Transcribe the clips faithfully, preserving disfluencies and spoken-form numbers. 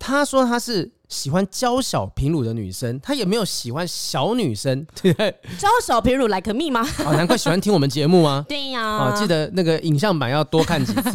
他说他是喜欢娇小平乳的女生，他也没有喜欢小女生，对不对？ 娇小平乳 like me 吗？ 哦，难怪喜欢听我们节目吗？ 对呀、啊哦，记得那个影像版要多看几次。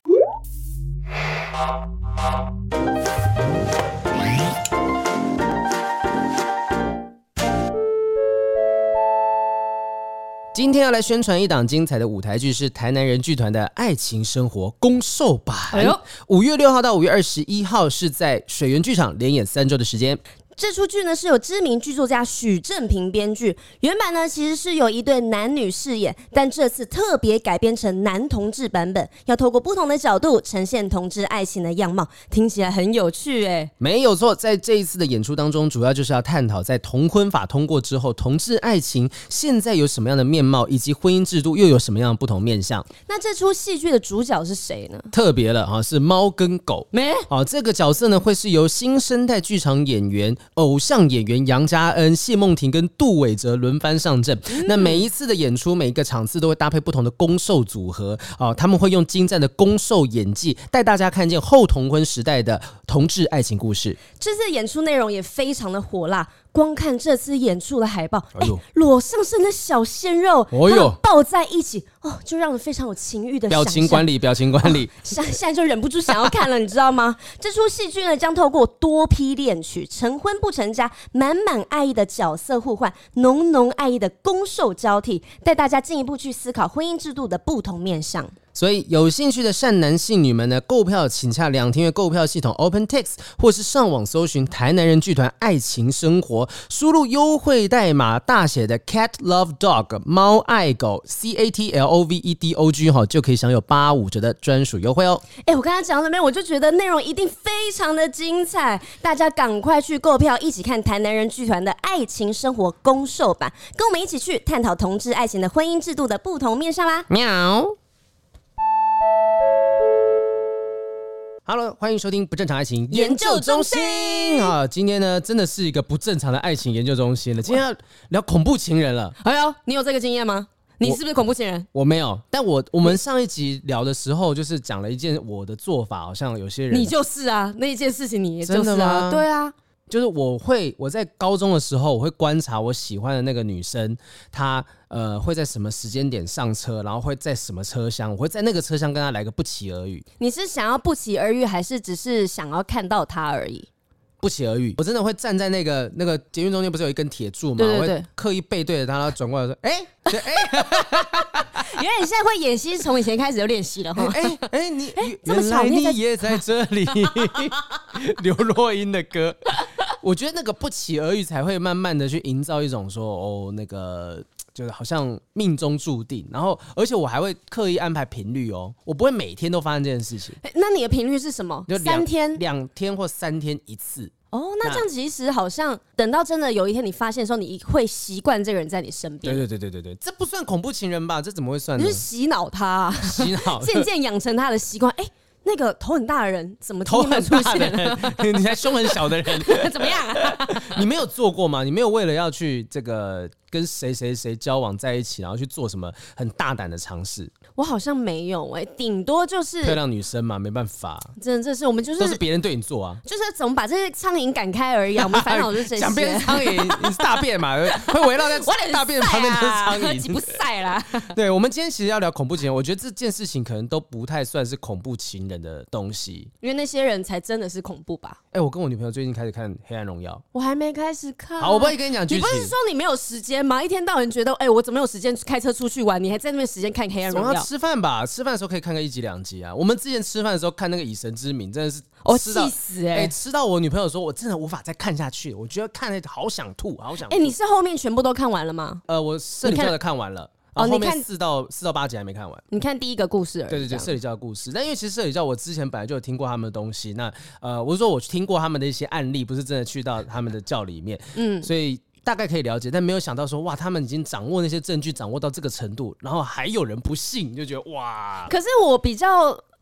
今天要来宣传一档精彩的舞台剧，是台南人剧团的《爱情生活》公售版。五、哎、月六号到五月二十一号是在水源剧场连演三周的时间。 这出剧呢是由知名剧作家许正平编剧，原版呢其实是有一对男女饰演，但这次特别改编成男同志版本，要透过不同的角度呈现同志爱情的样貌，听起来很有趣哎。 没有错，在这一次的演出当中，主要就是要探讨在同婚法通过之后，同志爱情现在有什么样的面貌，以及婚姻制度又有什么样的不同面向。 那这出戏剧的主角是谁呢？ 特别了哈，是猫跟狗。 没哦，这个角色呢会是由新生代剧场演员。偶像演员杨佳恩、谢梦婷跟杜伟哲轮番上阵、嗯、那每一次的演出，每一个场次都会搭配不同的攻受组合、哦、他们会用精湛的攻受演技带大家看见后同婚时代的同志爱情故事。 这次演出内容也非常的火辣，光看这次演出的海报，哎呦，裸上身的小鲜肉，哎呦，抱在一起，哦，就让人非常有情欲的想象。 表情管理，表情管理， 现、哦、现在就忍不住想要看了，你知道吗？这出戏剧呢，将透过多批恋曲、成婚不成家、满满爱意的角色互换、浓浓爱意的攻受交替，带大家进一步去思考婚姻制度的不同面向。 所以有兴趣的善男信女们呢，购票请洽两厅院购票系统 OpenTix， 或是上网搜寻台南人剧团爱情生活，输入优惠代码大写的 Cat Love Dog 猫爱狗 C A T L O V E D O G 就可以享有八五折的专属优惠哦。 哎，我刚才讲到这边，我就觉得内容一定非常的精彩，大家赶快去购票，一起看台南人剧团的爱情生活公售版，跟我们一起去探讨同志爱情的婚姻制度的不同面向啦。 喵。Hello， 欢迎收听不正常爱情研究中心啊！今天呢，真的是一个不正常的爱情研究中心了。今天要聊恐怖情人了。 哎呦，你有这个经验吗？你是不是恐怖情人？ 我, 我没有，但我我们上一集聊的时候，就是讲了一件我的做法，好像有些人你就是啊，那一件事情你也就是啊， 真的吗？ 对啊。 就是我会我在高中的时候，我会观察我喜欢的那个女生，她呃会在什么时间点上车，然后会在什么车厢，我会在那个车厢跟她来个不期而遇。 你是想要不期而遇，还是只是想要看到她而已？ 不期而遇，我真的会站在那个那个捷运中间，不是有一根铁柱吗？ 对对对， 我会刻意背对着他，然后转过来说：“哎、欸，哎、 欸，原来你现在会演戏，从以前开始就练习了哈。 哎、欸、哎、欸，你、欸、 这么巧， 原来你也在这里。”刘若英的歌，我觉得那个不期而遇才会慢慢的去营造一种说哦，那个就是好像命中注定，然后而且我还会刻意安排频率哦，我不会每天都发生这件事情。 欸、那你的频率是什么？三天、 两天或三天一次。 哦，那这样其实好像等到真的有一天你发现的时候，你会习惯这个人在你身边。 对对对对对对，这不算恐怖情人吧？这怎么会算呢？ 你是洗脑他、啊， 洗脑， 渐渐养成他的习惯。哎、欸，那个头很大的人怎么今天没有出现？ 头很大的人，你才胸很小的人， 怎么样、啊？ 你没有做过吗？你没有为了要去这个跟谁谁谁交往在一起，然后去做什么很大胆的尝试？ 我好像没有哎、欸，顶多就是漂亮女生嘛，没办法， 真的这是我们就是都是别人对你做啊， 就是怎么把这些苍蝇赶开而已啊。我们烦恼就是这些。 想变苍蝇，你是大便嘛，会围绕在大便旁边就是苍蝇， 岂不晒啦？ 对，我们今天其实要聊恐怖情人，我觉得这件事情可能都不太算是恐怖情人的东西， 因为那些人才真的是恐怖吧。 哎、欸，我跟我女朋友最近开始看《黑暗荣耀》， 我还没开始看。 好，我不会跟你讲剧情。 你不是说你没有时间吗？一天到晚觉得，哎、欸，我怎么有时间开车出去玩？你还在那边时间看《黑暗荣耀》？ 总要吃饭吧？吃饭的时候可以看个一集两集啊。我们之前吃饭的时候看那个《以神之名》，真的是我气死哎、欸欸！ 吃到我女朋友说，我真的无法再看下去，我觉得看了好想吐，好想吐。 哎、欸，你是后面全部都看完了吗？ 呃，我社里教的看完了。哦，后面四到四到八集还没看完。 你看第一个故事而已。 对对对，社里教的故事。但因为其实社里教我之前本来就有听过他们的东西，那呃，我是说我听过他们的一些案例，不是真的去到他们的教里面，嗯，所以大概可以了解，但没有想到说哇，他们已经掌握那些证据，掌握到这个程度，然后还有人不信，就觉得哇。 可是我比较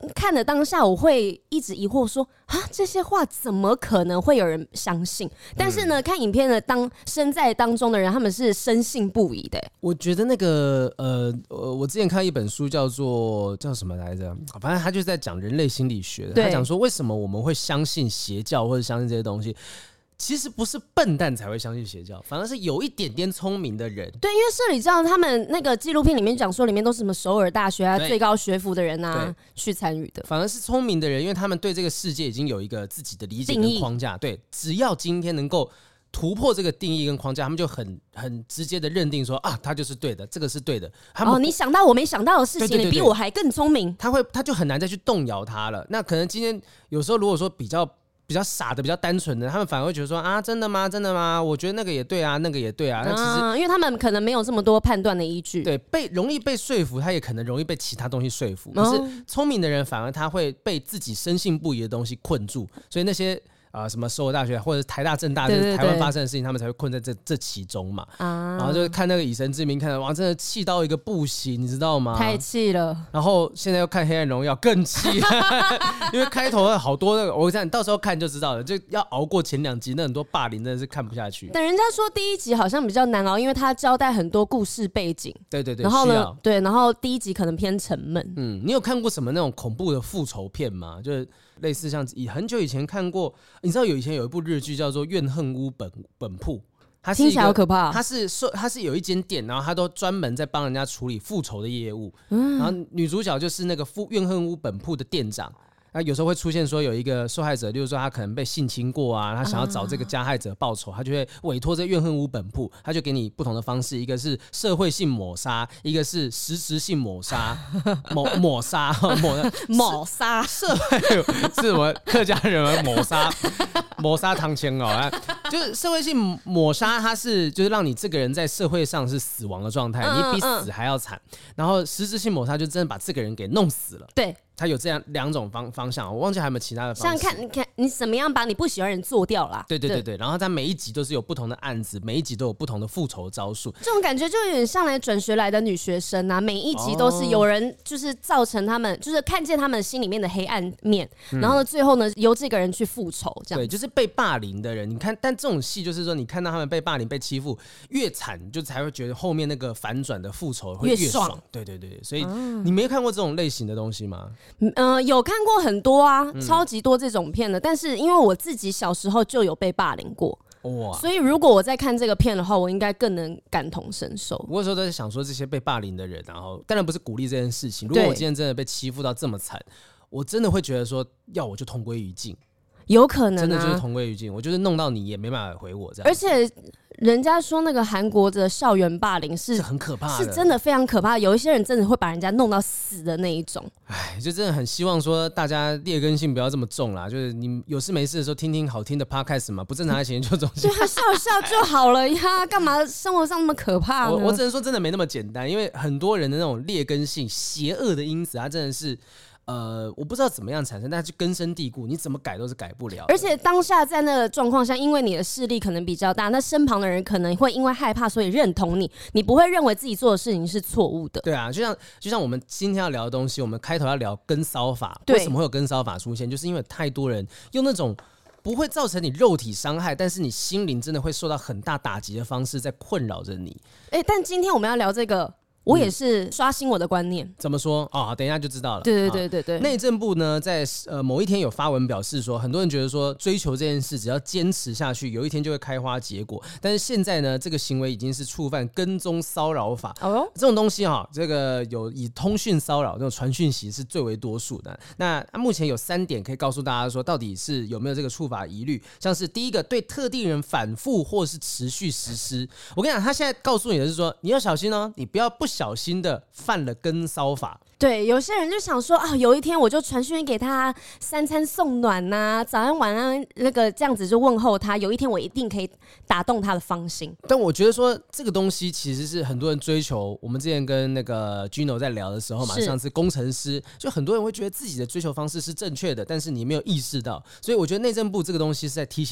看的当下，我会一直疑惑说啊，这些话怎么可能会有人相信？但是呢，嗯、看影片的当身在当中的人，他们是深信不疑的。 我觉得那个呃呃，我之前看一本书叫做叫什么来着？反正他就是在讲人类心理学的。他讲说为什么我们会相信邪教或者相信这些东西。其实不是笨蛋才会相信邪教，反而是有一点点聪明的人。 对，因为社里教他们那个纪录片里面讲说，里面都是什么首尔大学啊、最高学府的人啊去参与的。 反而是聪明的人，因为他们对这个世界已经有一个自己的理解跟框架。对，只要今天能够突破这个定义跟框架，他们就很很直接的认定说啊，他就是对的，这个是对的。他们哦，你想到我没想到的事情，对对对对，你比我还更聪明。 他会，他就很难再去动摇他了。那可能今天有时候如果说比较。比较傻的、比较单纯的，他们反而会觉得说啊，真的吗？真的吗？我觉得那个也对啊，那个也对啊。那其实、 啊、因为他们可能没有这么多判断的依据， 对，被容易被说服，他也可能容易被其他东西说服。可是聪明的人反而他会被自己深信不疑的东西困住，所以那些。啊、呃，什么首尔大学或者台大、政大，就是台湾发生的事情，他们才会困在这这其中嘛。啊，然后就看那个以神之名，看哇，真的气到一个不行，你知道吗？ 太气了。 然后现在又看《黑暗荣耀》，更气，因为开头好多那个，我讲你到时候看就知道了，就要熬过前两集，那很多霸凌真的是看不下去。 但人家说第一集好像比较难熬，因为他交代很多故事背景。 对对对。 然后呢，对，然后第一集可能偏沉闷。 嗯，你有看过什么那种恐怖的复仇片吗？就是。类似像以很久以前看过，你知道有以前有一部日剧叫做《怨恨屋本本铺》，它是一个听起来好可怕。 它是它是有一间店，然后它都专门在帮人家处理复仇的业务。嗯、然后女主角就是那个怨恨屋本铺的店长。那有时候会出现说有一个受害者，例如说他可能被性侵过啊，他想要找这个加害者报仇，他就会委托这怨恨屋本铺，他就给你不同的方式，一个是社会性抹杀，一个是实质性抹杀，抹抹杀抹抹杀社会是什么客家人抹杀抹杀汤千哦，就是社会性抹杀，它是就是让你这个人在社会上是死亡的状态，嗯、你比死还要惨，然后实质性抹杀就真的把这个人给弄死了。 对。 它有这样两种方方向，我忘记还有没有其他的方式。 像看你看你怎么样把你不喜欢的人做掉啦。 对对对对，然后它每一集都是有不同的案子，每一集都有不同的复仇招数。 这种感觉就有点像来转学来的女学生啊，每一集都是有人就是造成他们，就是看见他们心里面的黑暗面，嗯、然后呢，最后呢由这个人去复仇，这样。 对，就是被霸凌的人，你看，但这种戏就是说，你看到他们被霸凌、被欺负越惨，就才会觉得后面那个反转的复仇会越爽。越爽对对对，所以、嗯、你没看过这种类型的东西吗？ 嗯、呃，有。看过很多啊，嗯、超级多这种片的，但是因为我自己小时候就有被霸凌过，哇！所以如果我在看这个片的话，我应该更能感同身受。 我有时候都在想说，这些被霸凌的人，然后当然不是鼓励这件事情。如果我今天真的被欺负到这么惨，我真的会觉得说，要我就同归于尽。 有可能、啊、 真的就是同归于尽，我就是弄到你也没办法回我这样。 而且人家说那个韩国的校园霸凌是是很可怕的， 是真的非常可怕的。有一些人真的会把人家弄到死的那一种。 哎，就真的很希望说大家劣根性不要这么重啦，就是你有事没事的时候听听好听的 podcast 嘛，不正常爱情就中心。 对啊，笑一笑就好了呀，干嘛生活上那么可怕呢？ 我我只能说真的没那么简单，因为很多人的那种劣根性、邪恶的因子，它真的是。呃，我不知道怎么样产生，但是根深蒂固，你怎么改都是改不了。 而且当下在那个状况下，因为你的势力可能比较大，那身旁的人可能会因为害怕，所以认同你，你不会认为自己做的事情是错误的。 对啊，就像就像我们今天要聊的东西，我们开头要聊跟骚法，为什么会有跟骚法出现？就是因为太多人用那种不会造成你肉体伤害，但是你心灵真的会受到很大打击的方式在困扰着你。 哎、欸，但今天我们要聊这个。我也是刷新我的观念。 怎么说？哦，等一下就知道了。 对对对对对。 内政部呢，在呃某一天有发文表示说，很多人觉得说追求这件事只要坚持下去，有一天就会开花结果。但是现在呢，这个行为已经是触犯跟踪骚扰法。哦，这种东西哈，这个有以通讯骚扰这种传讯息是最为多数的。那目前有三点可以告诉大家说，到底是有没有这个触法疑虑？像是第一个，对特定人反复或是持续实施。我跟你讲，他现在告诉你的是说，你要小心哦，你不要不小心的犯了跟骚法。 对，有些人就想说啊，有一天我就传讯给他，三餐送暖呐、啊，早安晚安，那个这样子就问候他。有一天我一定可以打动他的芳心。 但我觉得说这个东西其实是很多人追求。我们之前跟那个 Gino 在聊的时候嘛，上次工程师就很多人会觉得自己的追求方式是正确的，但是你没有意识到。所以我觉得内政部这个东西是在提醒你。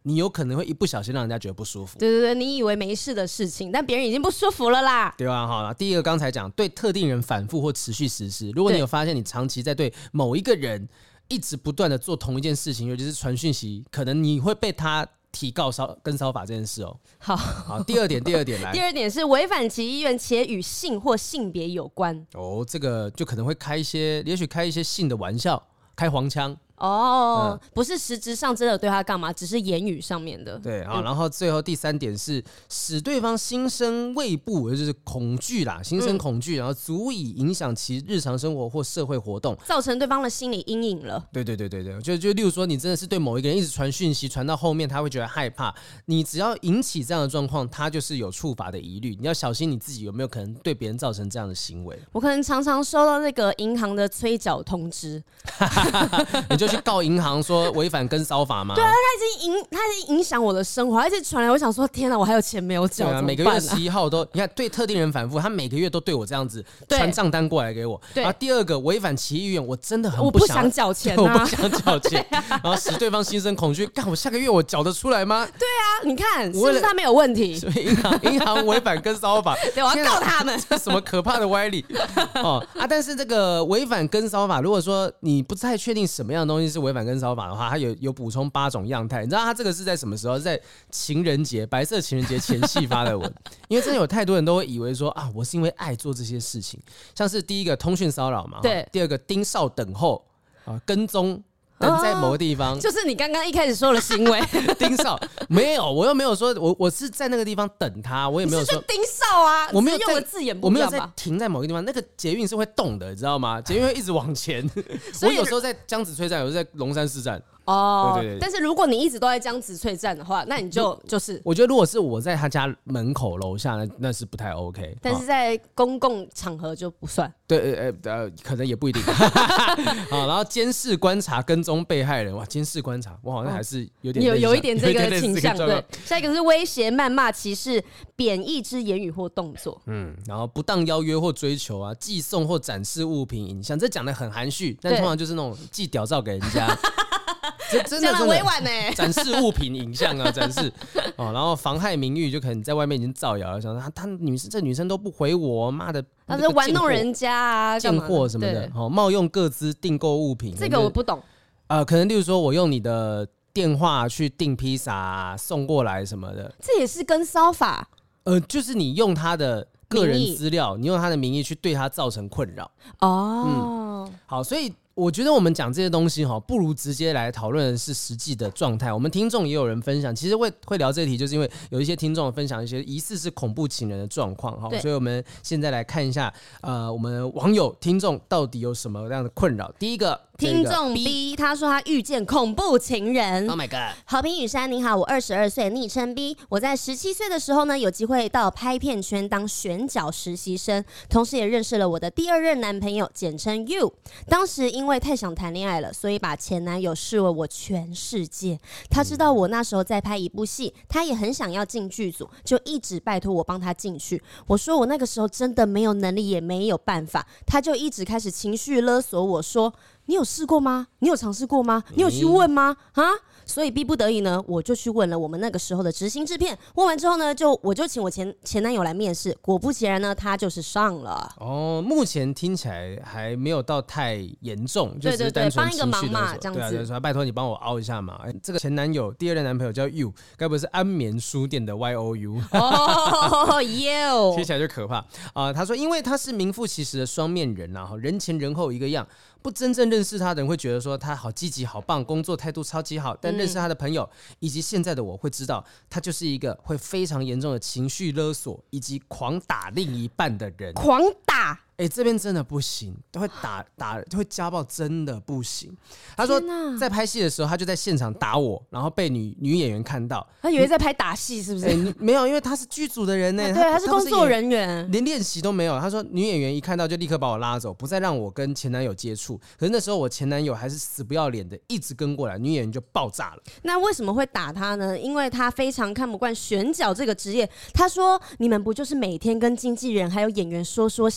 你有可能会一不小心让人家觉得不舒服。 对对对，你以为没事的事情，但别人已经不舒服了啦。 对啊，好，第一个刚才讲对特定人反复或持续实施，如果你有发现你长期在对某一个人一直不断的做同一件事情，尤其是传讯息，可能你会被他提告骚跟骚法这件事哦。 好， 好，第二点，第二点来， 第二点是违反其意愿且与性或性别有关。 哦，这个就可能会开一些，也许开一些性的玩笑，开黄腔。 哦、嗯，不是实质上真的对他干嘛，只是言语上面的。 对，好，然后最后第三点是使对方心生畏怖，也就是恐惧啦，心生恐惧、嗯，然后足以影响其日常生活或社会活动， 造成对方的心理阴影了。 对对对对对，就就例如说，你真的是对某一个人一直传讯息，传到后面他会觉得害怕，你只要引起这样的状况，他就是有触法的疑虑，你要小心你自己有没有可能对别人造成这样的行为。 我可能常常收到那个银行的催缴通知， 你就去告银行。说违反跟骚法吗？ 对啊，他已经影，他已经影响我的生活，他一直传来，我想说，天哪，我还有钱没有缴、啊， 每个月十一号都，你看对特定人反复，他每个月都对我这样子传账单过来给我。然后第二个违反其意愿，我真的很不想，我不想缴钱、啊， 我不想缴钱，啊、然后使对方心生恐惧，干我下个月我缴得出来吗？ 对啊，你看是不是他没有问题？ 所以银行银行违反跟骚法， 对，我要告他们， 这什么可怕的歪理哦啊！但是这个违反跟骚法，如果说你不太确定什么样的东西是违反跟骚法的话，它有有补充八种样态。你知道它这个是在什么时候？是在情人节，白色情人节前夕发的文。因为真的有太多人都会以为说啊，我是因为爱做这些事情，像是第一个通讯骚扰嘛， 对， 第二个盯梢等候啊，跟踪。等在某个地方、哦， 就是你刚刚一开始说的行为。 盯梢没有，我又没有说，我我是在那个地方等他，我也没有说盯梢啊。 我没有用的字眼不一样吧，我没有在停在某个地方。那个捷运是会动的，你知道吗？捷运会一直往前。我有时候在江子翠站，有时候在龙山寺站。 哦， 对对对， 但是如果你一直都在江子翠站的话，那你就就是， 我觉得如果是我在他家门口楼下，那那是不太 OK。 但是在公共场合就不算。 对，呃呃，可能也不一定。好，然后监视、观察、跟踪被害人，哇，监视、观察，我好像还是有点有有一点这个倾向。对，下一个是威胁、谩骂、歧视、贬义之言语或动作。 嗯，然后不当邀约或追求啊，寄送或展示物品影像，这讲的很含蓄，但通常就是那种寄屌照给人家。这真的很委婉呢， 展示物品影像啊，展示哦，然后妨害名誉，就可能在外面已经造谣了，想说他他女生这女生都不回我，妈的， 他是玩弄人家啊， 贱货什么的，哦，冒用个资订购物品， 这个我不懂。 呃，可能例如说我用你的电话去订披萨、啊、送过来什么的， 这也是跟骚法。 呃，就是你用他的个人资料，你用他的名义去对他造成困扰。 哦， 嗯，好，所以。我觉得我们讲这些东西哈，不如直接来讨论的是实际的状态。我们听众也有人分享，其实会会聊这题，就是因为有一些听众分享一些疑似是恐怖情人的状况哈，所以我们现在来看一下，呃，我们网友听众到底有什么样的困扰。第一个。 听众 B 他说他遇见恐怖情人。 Oh my god！ 好评雨山你好，我二十二岁，昵称 B。 我在十七岁的时候呢，有机会到拍片圈当选角实习生，同时也认识了我的第二任男朋友，简称 You。 当时因为太想谈恋爱了，所以把前男友视为我全世界。他知道我那时候在拍一部戏，他也很想要进剧组，就一直拜托我帮他进去。我说我那个时候真的没有能力也没有办法，他就一直开始情绪勒索我说，你有试过吗？你有尝试过吗？你有去问吗？啊！所以逼不得已呢，我就去问了我们那个时候的执行制片。问完之后呢，就我就请我前前男友来面试。果不其然呢，他就是上了。哦， 目前听起来还没有到太严重，就只是单纯情绪勒索。 帮一个忙嘛，这样子。 对啊，就是拜托你帮我凹一下嘛。欸、这个前男友第二任男朋友叫 You， 该不会是安眠书店的 Y O U？ 哦，You， 听起来就可怕啊、呃！他说，因为他是名副其实的双面人啊，人前人后一个样。不真正认识他的人会觉得说他好积极、好棒，工作态度超级好。但认识他的朋友、嗯、以及现在的我会知道，他就是一个会非常严重的情绪勒索以及狂打另一半的人。 狂打。 哎、欸，这边真的不行，都会打打，会家暴，真的不行。他说在拍戏的时候，他就在现场打我，然后被女女演员看到， 他以为在拍打戏，是不是？ 欸、没有，因为他是剧组的人呢、欸， 对，他是工作人员， 连练习都没有。他说女演员一看到就立刻把我拉走，不再让我跟前男友接触。可是那时候我前男友还是死不要脸的，一直跟过来，女演员就爆炸了。 那为什么会打他呢？因为他非常看不惯选角这个职业。他说：“你们不就是每天跟经纪人还有演员说说笑笑，在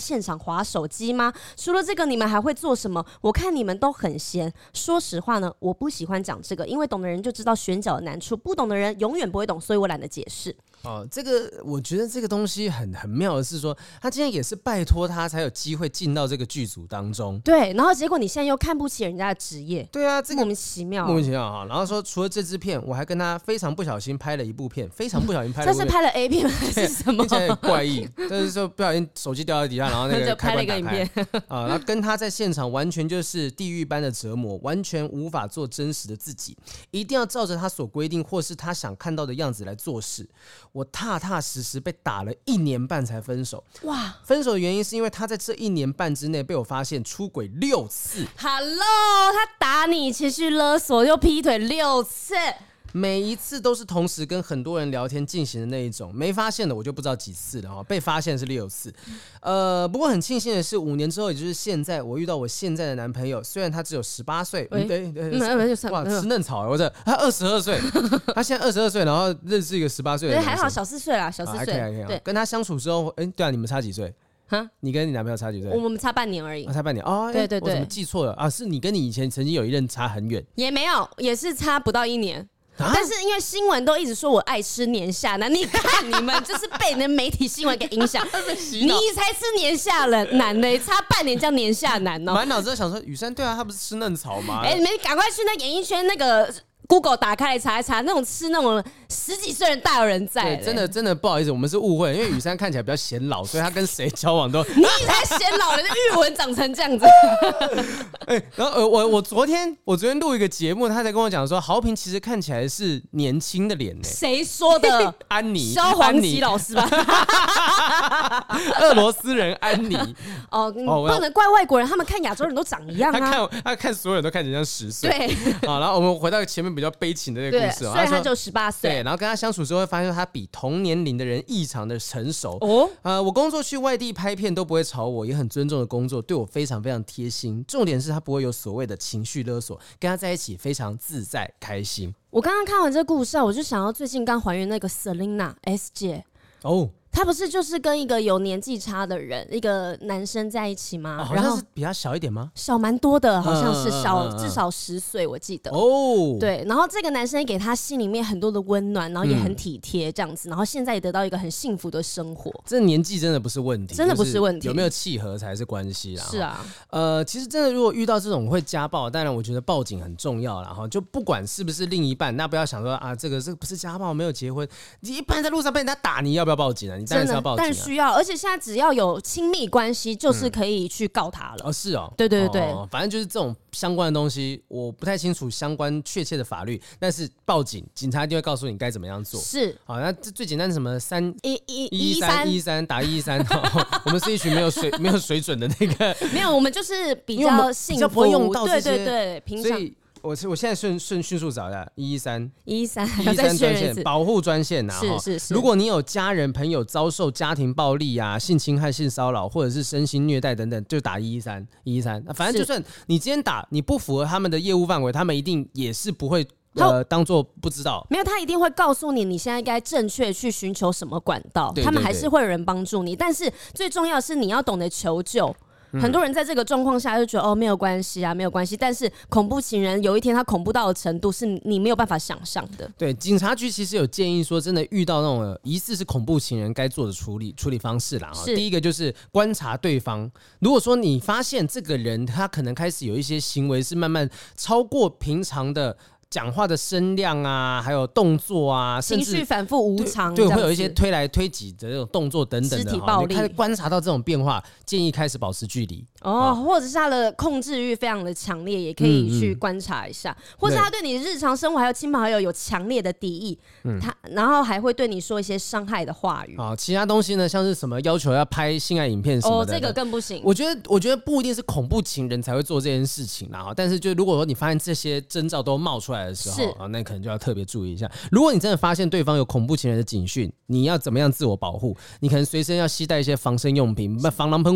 现场滑手机吗？除了这个，你们还会做什么？我看你们都很闲。说实话呢，我不喜欢讲这个，因为懂的人就知道选角的难处，不懂的人永远不会懂，所以我懒得解释。 哦，这个我觉得这个东西很很妙的是说，他今天也是拜托他才有机会进到这个剧组当中。 对，然后结果你现在又看不起人家的职业。 对啊，这个莫名其妙， 莫名其妙哈。然后说除了这支片，我还跟他非常不小心拍了一部片，非常不小心拍了一部片。 这是拍了 A 片还是什么？ 听起来很怪异，但是说不小心手机掉在底下，然后那个就拍了一个影片啊，然后跟他在现场完全就是地狱般的折磨，完全无法做真实的自己，一定要照着他所规定或是他想看到的样子来做事。我踏踏实实被打了一年半才分手。哇！分手的原因是因为他在这一年半之内被我发现出轨六次。 Hello， 他打你情绪勒索又劈腿六次。 每一次都是同时跟很多人聊天进行的那一种，没发现的我就不知道几次了哈，被发现是六次。呃，不过很庆幸的是，五年之后，也就是现在，我遇到我现在的男朋友，虽然他只有十八岁，对对，哇，吃嫩草，我这他二十二岁，他现在二十二岁，然后认识一个十八岁的男生， 还好小四岁啦，小四岁， 对，跟他相处之后，哎，对啊，你们差几岁？哈，你跟你男朋友差几岁？ 我们差半年而已， 啊、差半年哦。 对对对， 我怎么记错了啊？是你跟你以前曾经有一任差很远？ 也没有，也是差不到一年。啊、但是因为新闻都一直说我爱吃年下男，你看你们就是被那媒体新闻给影响，你才吃年下男呢，差半年叫年下男哦。 满脑子想说雨珊，对啊，他不是吃嫩草吗？ 哎、欸，你们赶快去那演艺圈那个。Google 打开来查一查，那种吃那种十几岁人大有人在。 对，真的真的不好意思，我们是误会，因为雨珊看起来比较显老，所以他跟谁交往都你才显老，人家玉文长成这样子。 哎、欸，然后呃，我我昨天我昨天录一个节目，他才跟我讲说，豪平其实看起来是年轻的脸呢。 谁说的？ 安妮， 萧煌奇老师吧？ 俄罗斯人安妮。 哦，哦不能怪外国人，他们看亚洲人都长一样啊。 他看他看所有人都看起来像十岁。 对。 好，然后我们回到前面比较悲情的那个故事。 虽然他就十八岁， 对，然后跟他相处之后，会发现他比同年龄的人异常的成熟。哦，呃，我工作去外地拍片都不会吵我，也很尊重的工作，对我非常非常贴心。重点是他不会有所谓的情绪勒索，跟他在一起非常自在开心。 我刚刚看完这个故事啊，我就想到最近刚怀孕那个 Selina S 姐哦。他不是就是跟一个有年纪差的人，一个男生在一起吗？ 哦、好像是比他小一点吗？ 小蛮多的，好像是小、嗯、至少十岁，我记得。哦，对，然后这个男生给他心里面很多的温暖，然后也很体贴这样子，嗯、然后现在也得到一个很幸福的生活。 这年纪真的不是问题， 真的不是问题， 就是有没有契合才是关系啦。 是啊， 呃，其实真的如果遇到这种会家暴，当然我觉得报警很重要啦。哈，就不管是不是另一半，那不要想说啊，这个这个不是家暴，没有结婚，你一般在路上被人家打，你要不要报警啊？你当然是要报警、啊。 需要，而且现在只要有亲密关系，就是可以去告他了。 嗯、哦，是哦， 对对对对、 哦，反正就是这种相关的东西，我不太清楚相关确切的法律，但是报警，警察一定会告诉你该怎么样做。 是， 好，那最简单的什么三一一一三一三打一一三，我们是一群没有水没有水准的那个， 没有，我们就是比较幸福，比较不会用到这些， 对对对，平常。 我我现在顺顺迅速找一下一一三一一三一一三专线保护专线呐、啊， 是是是。 如果你有家人朋友遭受家庭暴力啊、性侵害、性骚扰或者是身心虐待等等，就打一一三一一三。反正就算你今天打，你不符合他们的业务范围，他们一定也是不会。呃，当做不知道， 没有，他一定会告诉你，你现在该正确去寻求什么管道， 对对对， 他们还是会有人帮助你。但是最重要的是，你要懂得求救。嗯、很多人在这个状况下就觉得哦没有关系啊，没有关系。但是恐怖情人有一天他恐怖到的程度是你没有办法想象的。 对，警察局其实有建议说，真的遇到那种疑似是恐怖情人该做的处理处理方式啦。第一个就是观察对方，如果说你发现这个人他可能开始有一些行为是慢慢超过平常的。讲话的声量啊，还有动作啊， 情绪反复无常， 对，对会有一些推来推挤的这种动作等等的， 肢体暴力， 你开始观察到这种变化，建议开始保持距离哦，或者是他的控制欲非常的强烈，也可以去观察一下，嗯嗯或者他对你日常生活还有亲朋好友有强烈的敌意，嗯、他然后还会对你说一些伤害的话语。 啊，其他东西呢，像是什么要求要拍性爱影片什么的， 哦，这个更不行。 我觉得，我觉得不一定是恐怖情人才会做这件事情啦，但是就如果说你发现这些征兆都冒出来的时候，啊，那可能就要特别注意一下。如果你真的发现对方有恐怖情人的警讯，你要怎么样自我保护？你可能随身要携带一些防身用品，防狼喷雾剂。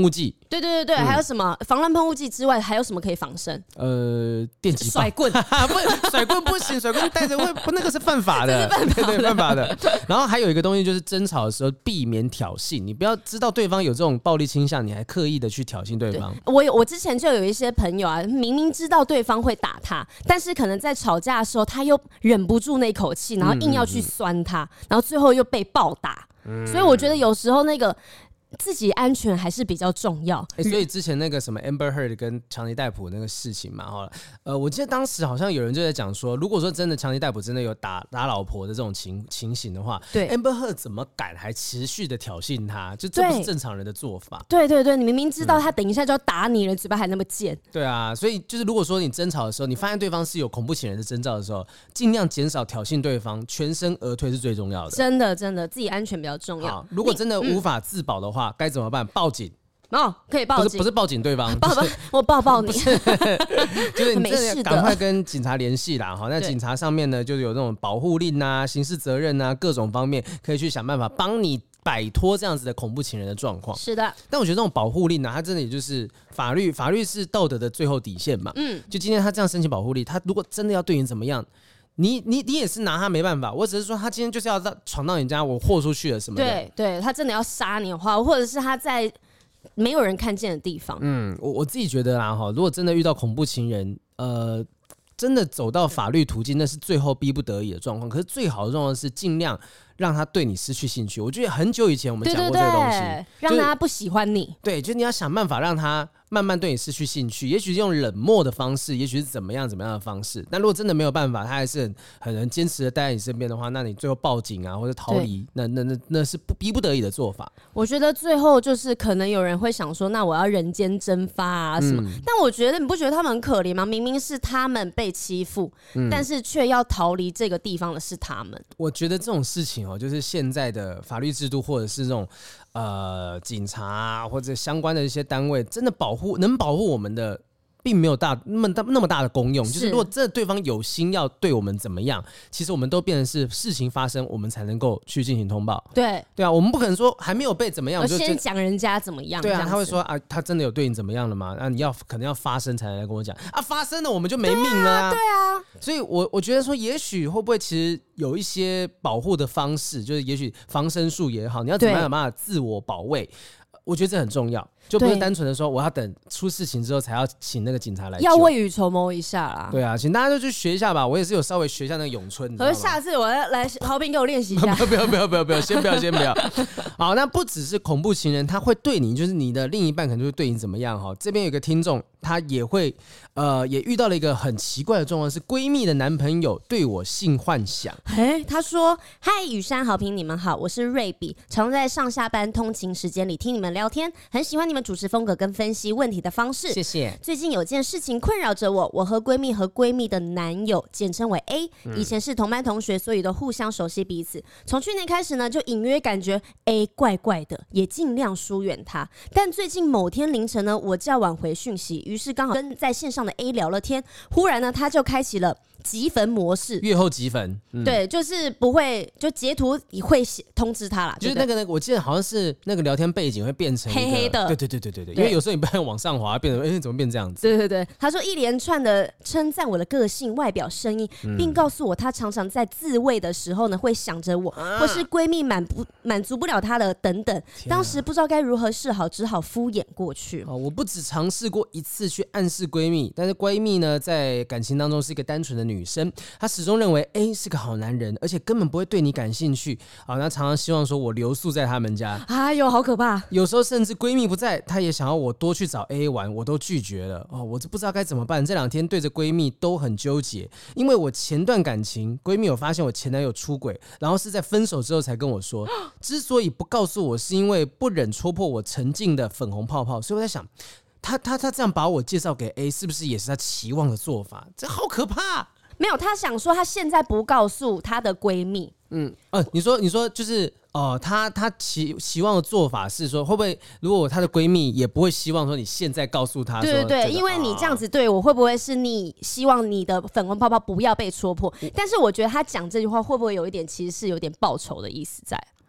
对对对对、嗯，还有什么防乱喷雾剂之外，还有什么可以防身？ 呃，电击甩棍， 不，甩棍不行，甩棍带着会，不，那个是犯法的， 这是犯法的， 对对，犯法的。然后还有一个东西就是争吵的时候避免挑衅，你不要知道对方有这种暴力倾向，你还刻意的去挑衅对方。 我有，我之前就有一些朋友啊，明明知道对方会打他，但是可能在吵架的时候，他又忍不住那口气，然后硬要去酸他，嗯嗯嗯，然后最后又被暴打。嗯、所以我觉得有时候那个。自己安全还是比较重要、 欸、所以之前那个什么 Amber Heard 跟强尼戴普那个事情嘛，呃，我记得当时好像有人就在讲说，如果说真的强尼戴普真的有打打老婆的这种 情, 情形的话，对 Amber Heard 怎么敢还持续的挑衅他？就这不是正常人的做法。 对对对，你明明知道他等一下就要打你了，嗯、嘴巴还那么贱。 对啊，所以就是如果说你争吵的时候，你发现对方是有恐怖情人的征兆的时候，尽量减少挑衅对方，全身而退是最重要的。 真的真的，自己安全比较重要。 如果真的无法自保的话，该、嗯、怎么办？报警哦，可以报警， 不是不是报警对方， 抱抱我抱抱你， 就是你真的赶快跟警察联系啦。好，那警察上面呢，就有那种保护令啊、刑事责任啊，各种方面可以去想办法帮你摆脱这样子的恐怖情人的状况。 是的， 但我觉得这种保护令呢、啊，它真的也就是法律，法律是道德的最后底线嘛。嗯，就今天他这样申请保护令，他如果真的要对你怎么样？你你你也是拿他没办法，我只是说他今天就是要闯到你家，我豁出去了什么的。 对对，他真的要杀你的话，或者是他在没有人看见的地方。 嗯，我我自己觉得啦哈，如果真的遇到恐怖情人，呃，真的走到法律途径，那是最后逼不得已的状况。可是最好的状况是尽量让他对你失去兴趣。我觉得很久以前我们讲过这个东西， 对对对，让他不喜欢你。 对，就你要想办法让他慢慢对你失去兴趣，也许是用冷漠的方式，也许是怎么样怎么样的方式。但如果真的没有办法，他还是很很能坚持的待在你身边的话，那你最后报警啊或者逃离，那那那那是不逼不得已的做法。 我觉得最后就是可能有人会想说，那我要人间蒸发啊什么、嗯？但我觉得你不觉得他们很可怜吗？明明是他们被欺负、嗯，但是却要逃离这个地方的是他们。 我觉得这种事情哦，就是现在的法律制度或者是这种呃警察、啊、或者相关的一些单位，真的保护能保护我们的。并没有大那么大那么大的功用，是就是如果这对方有心要对我们怎么样，其实我们都变成是事情发生，我们才能够去进行通报。 对对啊，我们不可能说还没有被怎么样， 我就先讲人家怎么样。 对啊，他会说啊，他真的有对你怎么样了吗？那、啊、你要可能要发生才能来跟我讲啊，发生了我们就没命了啊。 对啊，對啊， 所以我我觉得说，也许会不会其实有一些保护的方式，就是也许防身术也好，你要怎么样有办法自我保卫。我觉得这很重要，就不是单纯的说我要等出事情之后才要请那个警察来救， 要未雨绸缪一下啦。 对啊，请大家都去学一下吧。我也是有稍微学一下那个咏春， 可是下次我要来豪平给我练习一下。 不要不要不要不要，先不要先不要。好，那不只是恐怖情人，他会对你，就是你的另一半可能就会对你怎么样哈。这边有一个听众，他也会呃也遇到了一个很奇怪的状况，是闺蜜的男朋友对我性幻想。 哎，他说：“嗨，雨山豪平，你们好，我是瑞比，常在上下班通勤时间里听你们聊天，很喜欢你们主持风格跟分析问题的方式。 谢谢。 最近有件事情困扰着我，我和闺蜜和闺蜜的男友，简称为 A，、嗯、以前是同班同学，所以都互相熟悉彼此。从去年开始呢，就隐约感觉 A 怪怪的，也尽量疏远他。但最近某天凌晨呢，我叫晚回讯息，于是刚好跟在线上的 A 聊了天，忽然呢，他就开启了集焚模式， 月后集焚、嗯， 对，就是不会就截图会通知他啦， 就是那个那个，我记得好像是那个聊天背景会变成黑黑的， 对对对对对对，因为有时候你不然往上滑，变成哎、欸、怎么变这样子？ 对对对，他说一连串的称赞我的个性、外表、声音，嗯、并告诉我他常常在自慰的时候呢会想着我，啊、或是闺蜜满不满足不了他的等等。当时不知道该如何是好，只好敷衍过去。 哦，我不只尝试过一次去暗示闺蜜，但是闺蜜呢在感情当中是一个单纯的女生，她始终认为 A 是个好男人，而且根本不会对你感兴趣。好，那常常希望说我留宿在他们家。 哎呦，好可怕！ 有时候甚至闺蜜不在，她也想要我多去找 A 玩，我都拒绝了。哦，我就不知道该怎么办。这两天对着闺蜜都很纠结，因为我前段感情，闺蜜有发现我前男友出轨，然后是在分手之后才跟我说。之所以不告诉我，是因为不忍戳破我沉浸的粉红泡泡。所以我在想，他他他这样把我介绍给 A， 是不是也是他期望的做法？这好可怕！ 没有，他想说他现在不告诉她的闺蜜。 嗯，呃，你说你说就是哦、呃，她她期期望的做法是说，会不会如果她的闺蜜也不会希望说你现在告诉她说， 对对对， 这个、 因为你这样子对我，会不会是你希望你的粉红泡泡不要被戳破？但是我觉得他讲这句话会不会有一点其实是有点报仇的意思在？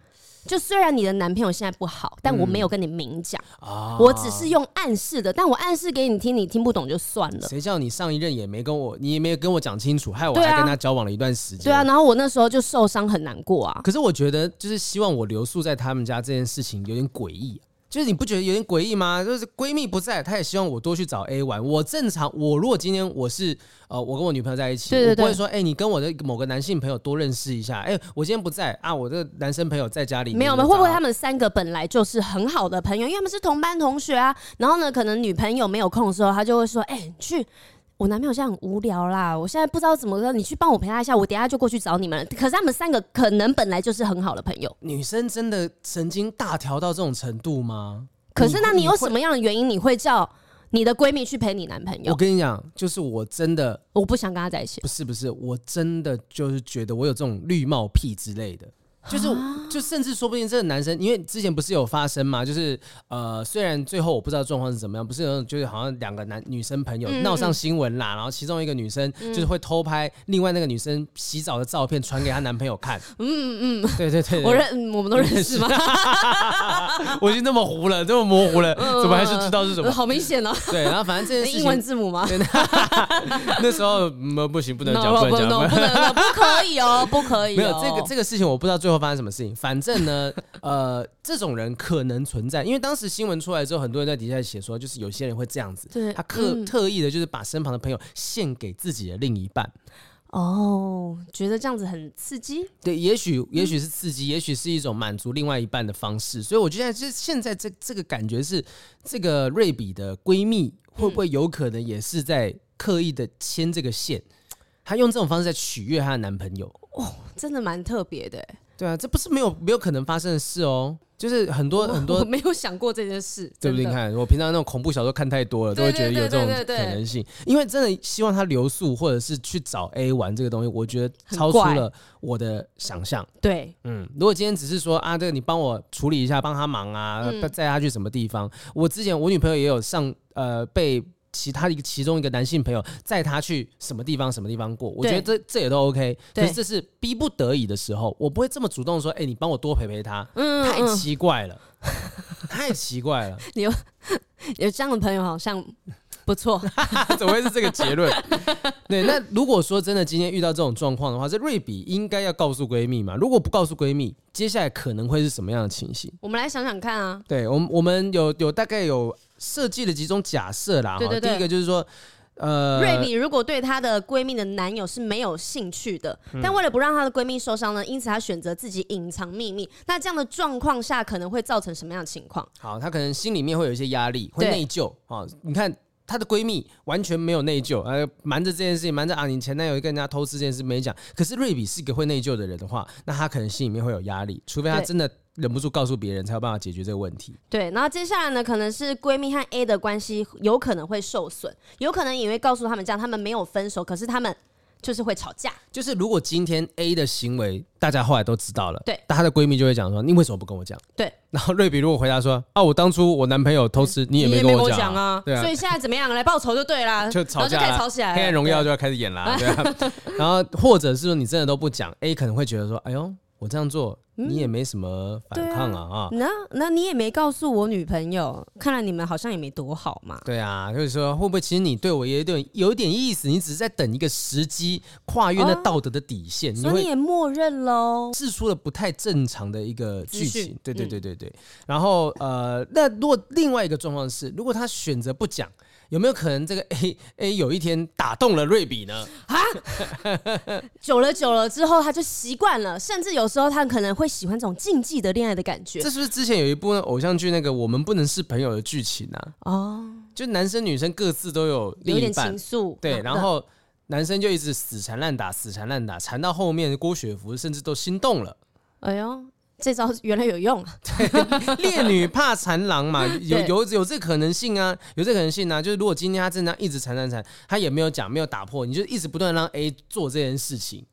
就虽然你的男朋友现在不好，但我没有跟你明讲、 嗯、 我只是用暗示的，但我暗示给你听，你听不懂就算了。 谁叫你上一任也没跟我，你也没有跟我讲清楚，害我还跟他交往了一段时间。 对啊，然后我那时候就受伤很难过啊。 可是我觉得，就是希望我留宿在他们家这件事情有点诡异、啊。就是你不觉得有点诡异吗？就是闺蜜不在，她也希望我多去找 A 玩。我正常，我如果今天我是呃，我跟我女朋友在一起， 对对对， 我不会说，哎、欸，你跟我的某个男性朋友多认识一下。哎、欸，我今天不在啊，我的男生朋友在家里。 没有，会不会他们三个本来就是很好的朋友，因为他们是同班同学啊。然后呢，可能女朋友没有空的时候，他就会说，哎、欸，去。我男朋友现在很无聊啦，我现在不知道怎么了，你去帮我陪他一下，我等一下就过去找你们了。可是他们三个可能本来就是很好的朋友。 女生真的神经大条到这种程度吗？ 可是那你有什么样的原因你会叫你的闺蜜去陪你男朋友？ 我跟你讲，就是我真的我不想跟他在一起。 不是不是，我真的就是觉得我有这种绿帽癖之类的。就是，就甚至说不定这个男生，因为之前不是有发生嘛，就是呃，虽然最后我不知道状况是怎么样，不是有就是好像两个男女生朋友闹上新闻啦，嗯嗯，然后其中一个女生就是会偷拍另外那个女生洗澡的照片传给她男朋友看。嗯嗯，对对 对, 对， 我认、嗯，我们都认识吗？ 我已经那么糊了，这么模糊了，怎么还是知道是什么？ 好明显哦。 对，然后反正这件事情， 英文字母吗？ 那时候、嗯、不行，不能讲， no, 不能讲， no, no, 不能，不可以哦，不可以、哦。 没有这个这个事情，我不知道最后发生什么事情。反正呢，呃，这种人可能存在，因为当时新闻出来之后，很多人在底下写说，就是有些人会这样子，他特、嗯、特意的就是把身旁的朋友献给自己的另一半。 哦，觉得这样子很刺激。 对，也许也许是刺激，也许是一种满足另外一半的方式。所以我觉得现在现在这这个感觉是，这个瑞比的闺蜜会不会有可能也是在刻意的牵这个线？她用这种方式在取悦她的男朋友。 哦，真的蛮特别的。 对啊，这不是没有没有可能发生的事哦。就是很多很多， 我没有想过这件事， 对不对？你看，我平常那种恐怖小说看太多了，都会觉得有这种可能性。因为真的希望他留宿，或者是去找 A 玩这个东西，我觉得超出了我的想象。 对， 嗯，如果今天只是说啊，这个你帮我处理一下，帮他忙啊，嗯、载他去什么地方？我之前我女朋友也有上呃被。其他一个其中一个男性朋友载他去什么地方什么地方过，我觉得这这也都 OK。可是这是逼不得已的时候，我不会这么主动说，哎、欸，你帮我多陪陪他，嗯、太奇怪了，太奇怪了。 你有有这样的朋友好像不错， 怎么会是这个结论？对，那如果说真的今天遇到这种状况的话，这瑞比应该要告诉闺蜜嘛？如果不告诉闺蜜，接下来可能会是什么样的情形？ 我们来想想看啊。 对，我们我们有有大概有设计了几种假设啦。 对对对， 第一个就是说。呃， 瑞比如果对她的闺蜜的男友是没有兴趣的，嗯、但为了不让她的闺蜜受伤呢，因此她选择自己隐藏秘密。那这样的状况下，可能会造成什么样的情况？ 好，她可能心里面会有一些压力，会内疚啊。你看她的闺蜜完全没有内疚，呃，瞒着这件事情，瞒着啊，你前男友跟人家偷吃这件事没讲。可是瑞比是一个会内疚的人的话，那她可能心里面会有压力，除非她真的忍不住告诉别人，才有办法解决这个问题。 对，然后接下来呢，可能是闺蜜和 A 的关系有可能会受损，有可能也会告诉他们这样，他们没有分手，可是他们就是会吵架。 就是如果今天 A 的行为大家后来都知道了， 对， 但她的闺蜜就会讲说，你为什么不跟我讲？ 对， 然后瑞比如果回答说，啊，我当初我男朋友偷吃，你也没跟我讲啊，对啊，所以现在怎么样？来报仇就对啦， 就吵架啦， 然后就开始吵起来了， 黑暗荣耀就要开始演啦，对啊。然后或者是说你真的都不讲 ，A 可能会觉得说，哎呦。我这样做，你也没什么反抗啊、嗯、啊！ 那那你也没告诉我女朋友，看来你们好像也没多好嘛。 对啊，就是说会不会其实你对我也有点有点意思，你只是在等一个时机跨越那道德的底线， 哦、所以你也默认喽， 释出了不太正常的一个剧情。对对对对对。嗯、然后呃，那如果另外一个状况是，如果他选择不讲。有没有可能这个 A A 有一天打动了瑞比呢？啊， 久了久了之后他就习惯了，甚至有时候他可能会喜欢这种禁忌的恋爱的感觉。 这是不是之前有一部偶像剧那个《我们不能是朋友》的剧情啊？哦，就男生女生各自都有另一半， 有点情愫， 对，然后男生就一直死缠烂打，死缠烂打，缠到后面郭雪芙甚至都心动了。 哎呦。这招原来有用啊！ 烈女怕缠郎嘛，有有有这可能性啊，有这可能性啊。就是如果今天他真的一直缠缠缠，他也没有讲，没有打破，你就一直不断让 A 做这件事情，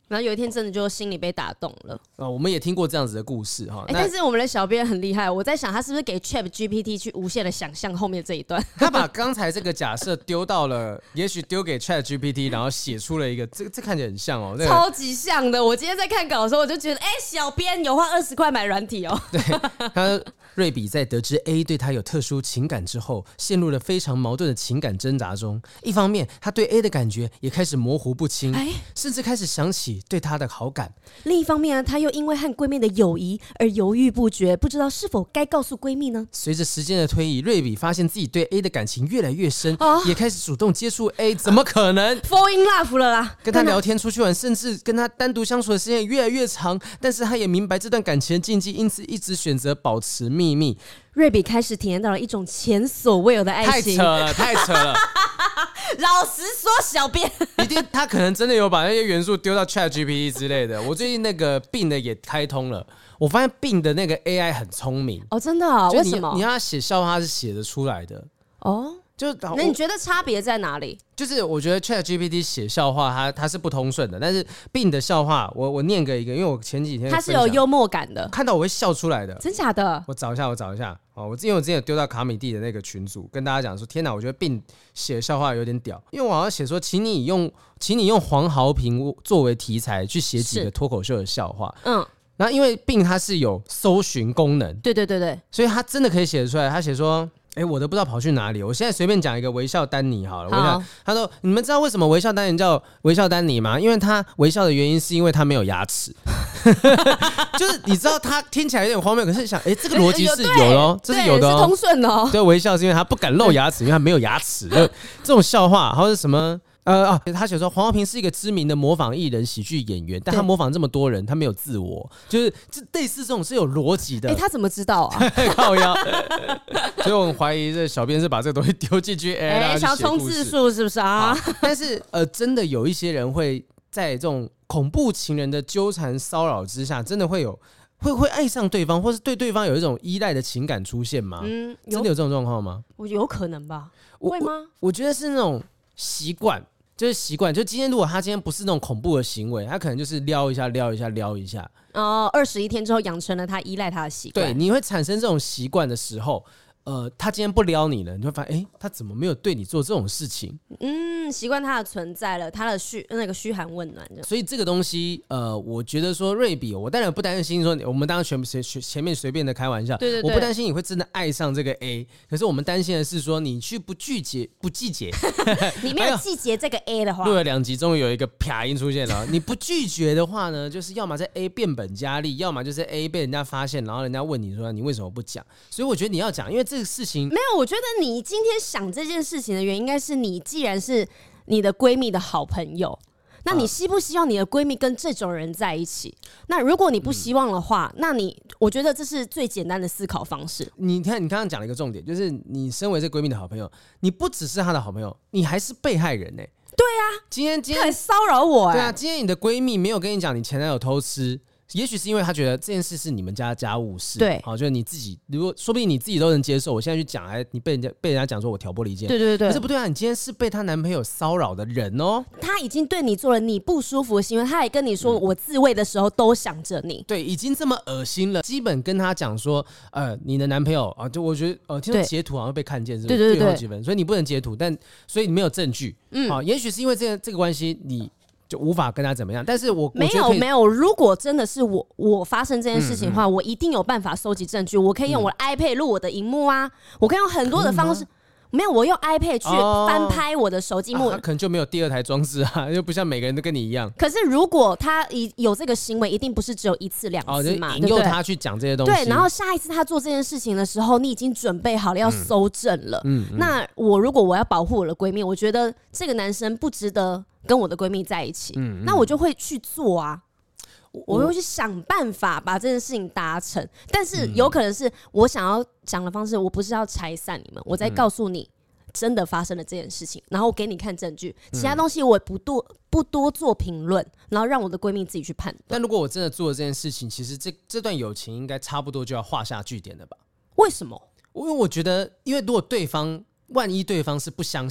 然后有一天真的就心里被打动了。 呃，我们也听过这样子的故事哈。 欸、但是我们的小编很厉害，我在想他是不是给 Chat G P T 去无限的想象后面这一段？ 他把刚才这个假设丢到了，也许丢给 Chat G P T， 然后写出了一个，这这看起来很像哦，那個、 超级像的。我今天在看稿的时候，我就觉得，哎、欸，小编有花二十块买软体哦。 对，他瑞比在得知 A 对他有特殊情感之后，陷入了非常矛盾的情感挣扎中。一方面，他对 A 的感觉也开始模糊不清，欸、甚至开始想起对他的好感。 另一方面呢，他又因为和闺蜜的友谊而犹豫不决，不知道是否该告诉闺蜜呢？ 随着时间的推移，瑞比发现自己对 A 的感情越来越深，哦、也开始主动接触 A。怎么可能 fall in love 了啦？ 跟他聊天、出去玩，甚至跟他单独相处的时间也越来越长。但是他也明白这段感情的禁忌，因此一直选择保持秘密。 瑞比开始体验到了一种前所未有的爱情， 太扯了，太扯了。 老实说，小编一定他可能真的有把那些元素丢到 Chat G P T 之类的。我最近那个 Bing 的也开通了，我发现 Bing 的那个 A I 很聪明哦，真的啊？为什么？ 你让他写笑话，他是写得出来的哦。就那你觉得差别在哪里？ 就是我觉得 Chat G P T 写笑话它，它是不通顺的，但是 Bing 的笑话，我我念个一个，因为我前几天它是有幽默感的， 看到我会笑出来的， 真假的？ 我找一下，我找一下哦。我之前我之前有丢到卡米蒂的那个群组，跟大家讲说，天哪，我觉得 Bing 写的笑话有点屌，因为我好像写说，请你用，请你用黄豪平作为题材去写几个脱口秀的笑话，嗯。然后因为 Bing 它是有搜寻功能， 对对对对， 所以它真的可以写得出来。他写说。哎，我都不知道跑去哪里。我现在随便讲一个微笑丹尼好了。好，微笑他说：“你们知道为什么微笑丹尼叫微笑丹尼吗？因为他微笑的原因是因为他没有牙齿。”就是你知道他听起来有点荒谬，可是想，哎，这个逻辑是有的哦，这是有的哦， 是通顺的哦。 对，微笑是因为他不敢露牙齿，因为他没有牙齿。这种笑话，或者什么。呃啊，他写说黄豪平是一个知名的模仿艺人、喜剧演员，但他模仿这么多人，他没有自我，就是这类似这种是有逻辑的。 哎，他怎么知道啊？ 靠腰，所以我们怀疑这小编是把这个东西丢进去，哎， 想要冲字数是不是啊？ 但是呃，真的有一些人会在这种恐怖情人的纠缠骚扰之下，真的会有会会爱上对方，或是对对方有一种依赖的情感出现吗？嗯，真的有这种状况吗？ 我有可能吧，会吗？ 我, 我觉得是那种习惯。就是习惯，就今天如果他今天不是那种恐怖的行为，他可能就是撩一下、撩一下、撩一下。 哦，二十一天之后养成了他依赖他的习惯。 对，你会产生这种习惯的时候，呃，他今天不撩你了，你会发现，哎，他怎么没有对你做这种事情？ 嗯，习惯他的存在了，他的嘘那个嘘寒问暖。 所以这个东西，呃，我觉得说瑞比，我当然不担心说，我们当然全前前面随便的开玩笑， 对对对， 我不担心你会真的爱上这个 A， 可是我们担心的是说，你去不拒绝不季节， 你没有季节这个 A 的话， 录了两集，终于有一个啪音出现了。你不拒绝的话呢，就是要么在 A 变本加厉，要么就是 A 被人家发现，然后人家问你说你为什么不讲？所以我觉得你要讲，因为这个事情没有。我觉得你今天想这件事情的原因，应该是你既然是你的闺蜜的好朋友，那你希不希望你的闺蜜跟这种人在一起？那如果你不希望的话，嗯、那你我觉得这是最简单的思考方式。 你看，你刚刚讲了一个重点，就是你身为这闺蜜的好朋友，你不只是她的好朋友，你还是被害人呢、欸。 对啊， 今天今天很骚扰我哎、欸。 对啊，今天你的闺蜜没有跟你讲你前男友偷吃。也许是因为他觉得这件事是你们家家务事， 对， 好，就是你自己，如果说不定你自己都能接受，我现在去讲，还你被人家被人家讲说我挑拨离间， 对对对， 可是不对啊，你今天是被她男朋友骚扰的人哦， 他已经对你做了你不舒服的行为，他也跟你说、嗯、我自慰的时候都想着你， 对，已经这么恶心了，基本跟他讲说，呃，你的男朋友啊，就我觉得，呃，听说截图好像被看见，是不是？ 对对对对， 好几分，所以你不能截图，但所以你没有证据，嗯，好，也许是因为这个这个关系，你。就无法跟他怎么样，但是我没有没有，如果真的是我我发生这件事情的话，嗯嗯、我一定有办法收集证据，我可以用我的 iPad 录我的荧幕啊，我可以用很多的方式。没有，我用 iPad 去翻拍我的手机幕、哦啊，他可能就没有第二台装置啊，又不像每个人都跟你一样。 可是如果他有这个行为，一定不是只有一次两次嘛， 引诱他去讲这些东西。 对，然后下一次他做这件事情的时候，你已经准备好了要搜证了。嗯嗯、那我如果我要保护我的闺蜜，我觉得这个男生不值得跟我的闺蜜在一起，嗯嗯、那我就会去做啊。我会去想办法把这件事情达成，但是有可能是我想要讲的方式，我不是要拆散你们，我在告诉你真的发生了这件事情，然后我给你看证据，其他东西我也不多不多做评论，然后让我的闺蜜自己去判断。 但如果我真的做了这件事情，其实这这段友情应该差不多就要画下句点了吧？ 为什么？ 因为我觉得，因为如果对方万一对方是不相信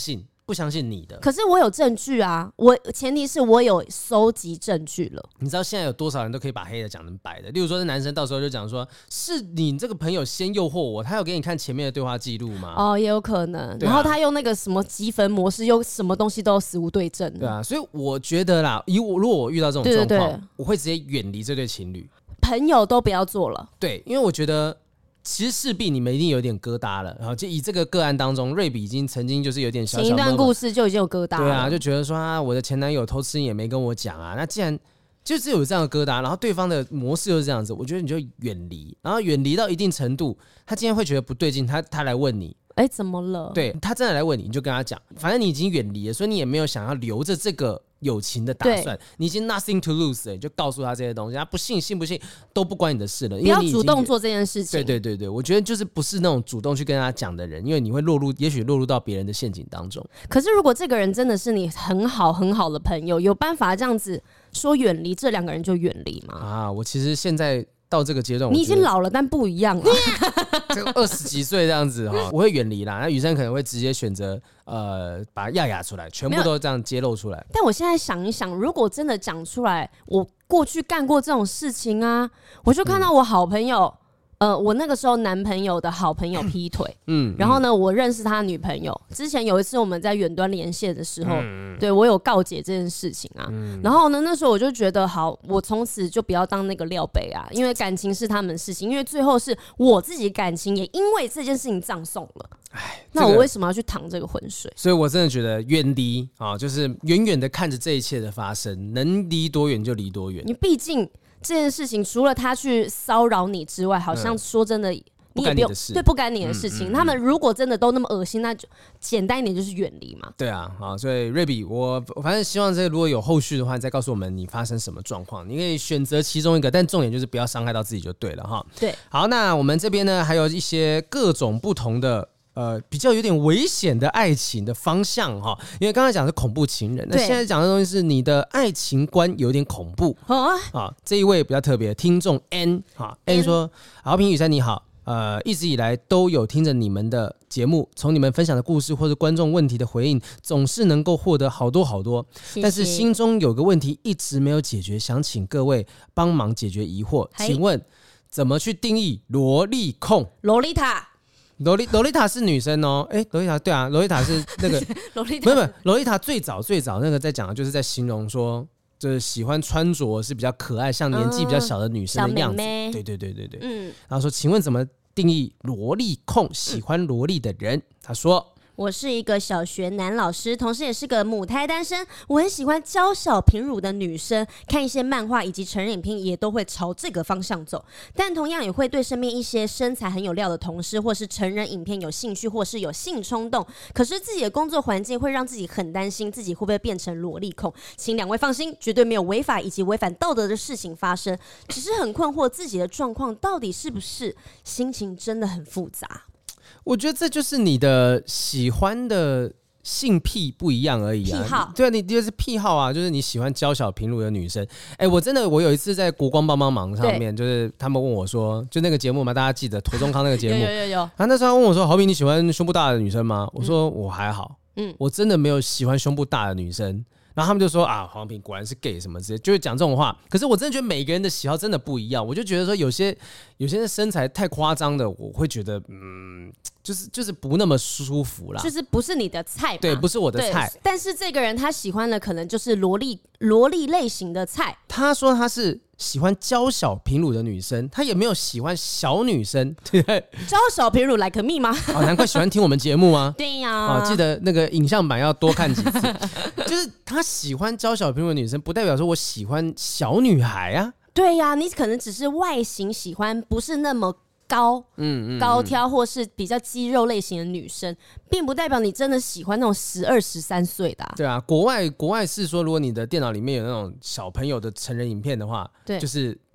不相信你的。 可是我有证据啊，我前提是我有收集证据了。 你知道现在有多少人都可以把黑的讲成白的？例如说，这男生到时候就讲说，是你这个朋友先诱惑我，他有给你看前面的对话记录吗？ 哦，也有可能。 啊、 然后他用那个什么积分模式，又什么东西都有死无对证。 对啊，所以我觉得啦，以我如果我遇到这种状况，对对对，我会直接远离这对情侣， 朋友都不要做了。 对，因为我觉得。其实势必你们一定有点疙瘩了，然后就以这个个案当中，瑞比已经曾经就是有点小小前一段故事就已经有疙瘩了， 对啊，就觉得说啊，我的前男友偷吃也没跟我讲啊，那既然就是有这样的疙瘩，然后对方的模式又是这样子，我觉得你就远离，然后远离到一定程度，他今天会觉得不对劲，他他来问你， 哎，怎么了？ 对他真的来问你，你就跟他讲，反正你已经远离了，所以你也没有想要留着这个友情的打算，你已经 nothing to lose 了，你就告诉他这些东西，他不信信不信都不关你的事了，因为你不要主动做这件事情。 对对对对，我觉得就是不是那种主动去跟他讲的人，因为你会落入，也许落入到别人的陷阱当中。 可是如果这个人真的是你很好很好的朋友，有办法这样子说远离，这两个人就远离吗？ 啊，我其实现在到这个阶段， 你已经老了，但不一样了。 这个二十几岁这样子哈，我会远离啦。那雨珊可能会直接选择呃把亚亚出来，全部都这样揭露出来。 但我现在想一想，如果真的讲出来，我过去干过这种事情啊，我就看到我好朋友。嗯呃，我那个时候男朋友的好朋友劈腿，嗯，然后呢，我认识他女朋友。之前有一次我们在远端连线的时候，嗯、对我有告解这件事情啊。嗯、然后呢，那时候我就觉得，好，我从此就不要当那个料杯啊，因为感情是他们的事情，因为最后是我自己感情也因为这件事情葬送了。哎，那我为什么要去淌这个浑水？ 所以我真的觉得远离啊，就是远远的看着这一切的发生，能离多远就离多远。 你毕竟。这件事情除了他去骚扰你之外，好像说真的，你也不用对不干你的事情。他们如果真的都那么恶心，那就简单一点，就是远离嘛。 对啊，好，所以瑞比，我反正希望这个如果有后续的话，你再告诉我们你发生什么状况，你可以选择其中一个，但重点就是不要伤害到自己就对了哈。 对， 好，那我们这边呢还有一些各种不同的。呃，比较有点危险的爱情的方向哈，因为刚才讲的是恐怖情人，那现在讲的东西是你的爱情观有点恐怖啊。啊，这一位比较特别，听众 N 啊 N 说，好评雨珊你好，呃，一直以来都有听着你们的节目，从你们分享的故事或者观众问题的回应，总是能够获得好多好多，謝謝但是心中有个问题一直没有解决，想请各位帮忙解决疑惑，请问怎么去定义萝莉控？ 萝莉塔。 萝莉萝莉塔是女生哦，哎，萝莉塔对啊，萝莉塔是那个萝莉塔， 不是不是，萝莉塔最早最早那个在讲的就是在形容说，就是喜欢穿着是比较可爱，像年纪比较小的女生的样子，嗯、对对对对对，嗯，然后说，请问怎么定义萝莉控？喜欢萝莉的人，他说。 我是一个小学男老师，同时也是个母胎单身。我很喜欢娇小平乳的女生，看一些漫画以及成人影片也都会朝这个方向走。但同样也会对身边一些身材很有料的同事或是成人影片有兴趣，或是有性冲动。可是自己的工作环境会让自己很担心，自己会不会变成萝莉控？请两位放心，绝对没有违法以及违反道德的事情发生。只是很困惑自己的状况到底是不是，心情真的很复杂。 我觉得这就是你的喜欢的性癖不一样而已啊， 癖好对啊，你就是癖好啊，就是你喜欢娇小平乳的女生。哎，我真的，我有一次在国光帮帮忙上面，就是他们问我说，就那个节目嘛，大家记得陀中康那个节目， 有有有有。 然后那时候他问我说，豪平你喜欢胸部大的女生吗？我说、嗯、我还好，嗯，我真的没有喜欢胸部大的女生。然后他们就说啊，黄平果然是 gay 什么之类，就会讲这种话。可是我真的觉得每个人的喜好真的不一样，我就觉得说有些有些身材太夸张的，我会觉得嗯，就是就是不那么舒服啦， 就是不是你的菜嘛， 对，不是我的菜。 但是这个人他喜欢的可能就是萝莉萝莉类型的菜。 他说他是喜欢娇小平乳的女生，他也没有喜欢小女生，对不对？ 娇小平乳 like me 吗？ 哦，难怪喜欢听我们节目吗？ 对呀、啊哦，记得那个影像版要多看几次。就是他喜欢娇小平乳的女生，不代表说我喜欢小女孩啊。 对呀、啊，你可能只是外形喜欢，不是那么高，嗯嗯，高挑或是比较肌肉类型的女生，并不代表你真的喜欢那种十二十三岁的、啊。 对啊，国外国外是说，如果你的电脑里面有那种小朋友的成人影片的话，对，就是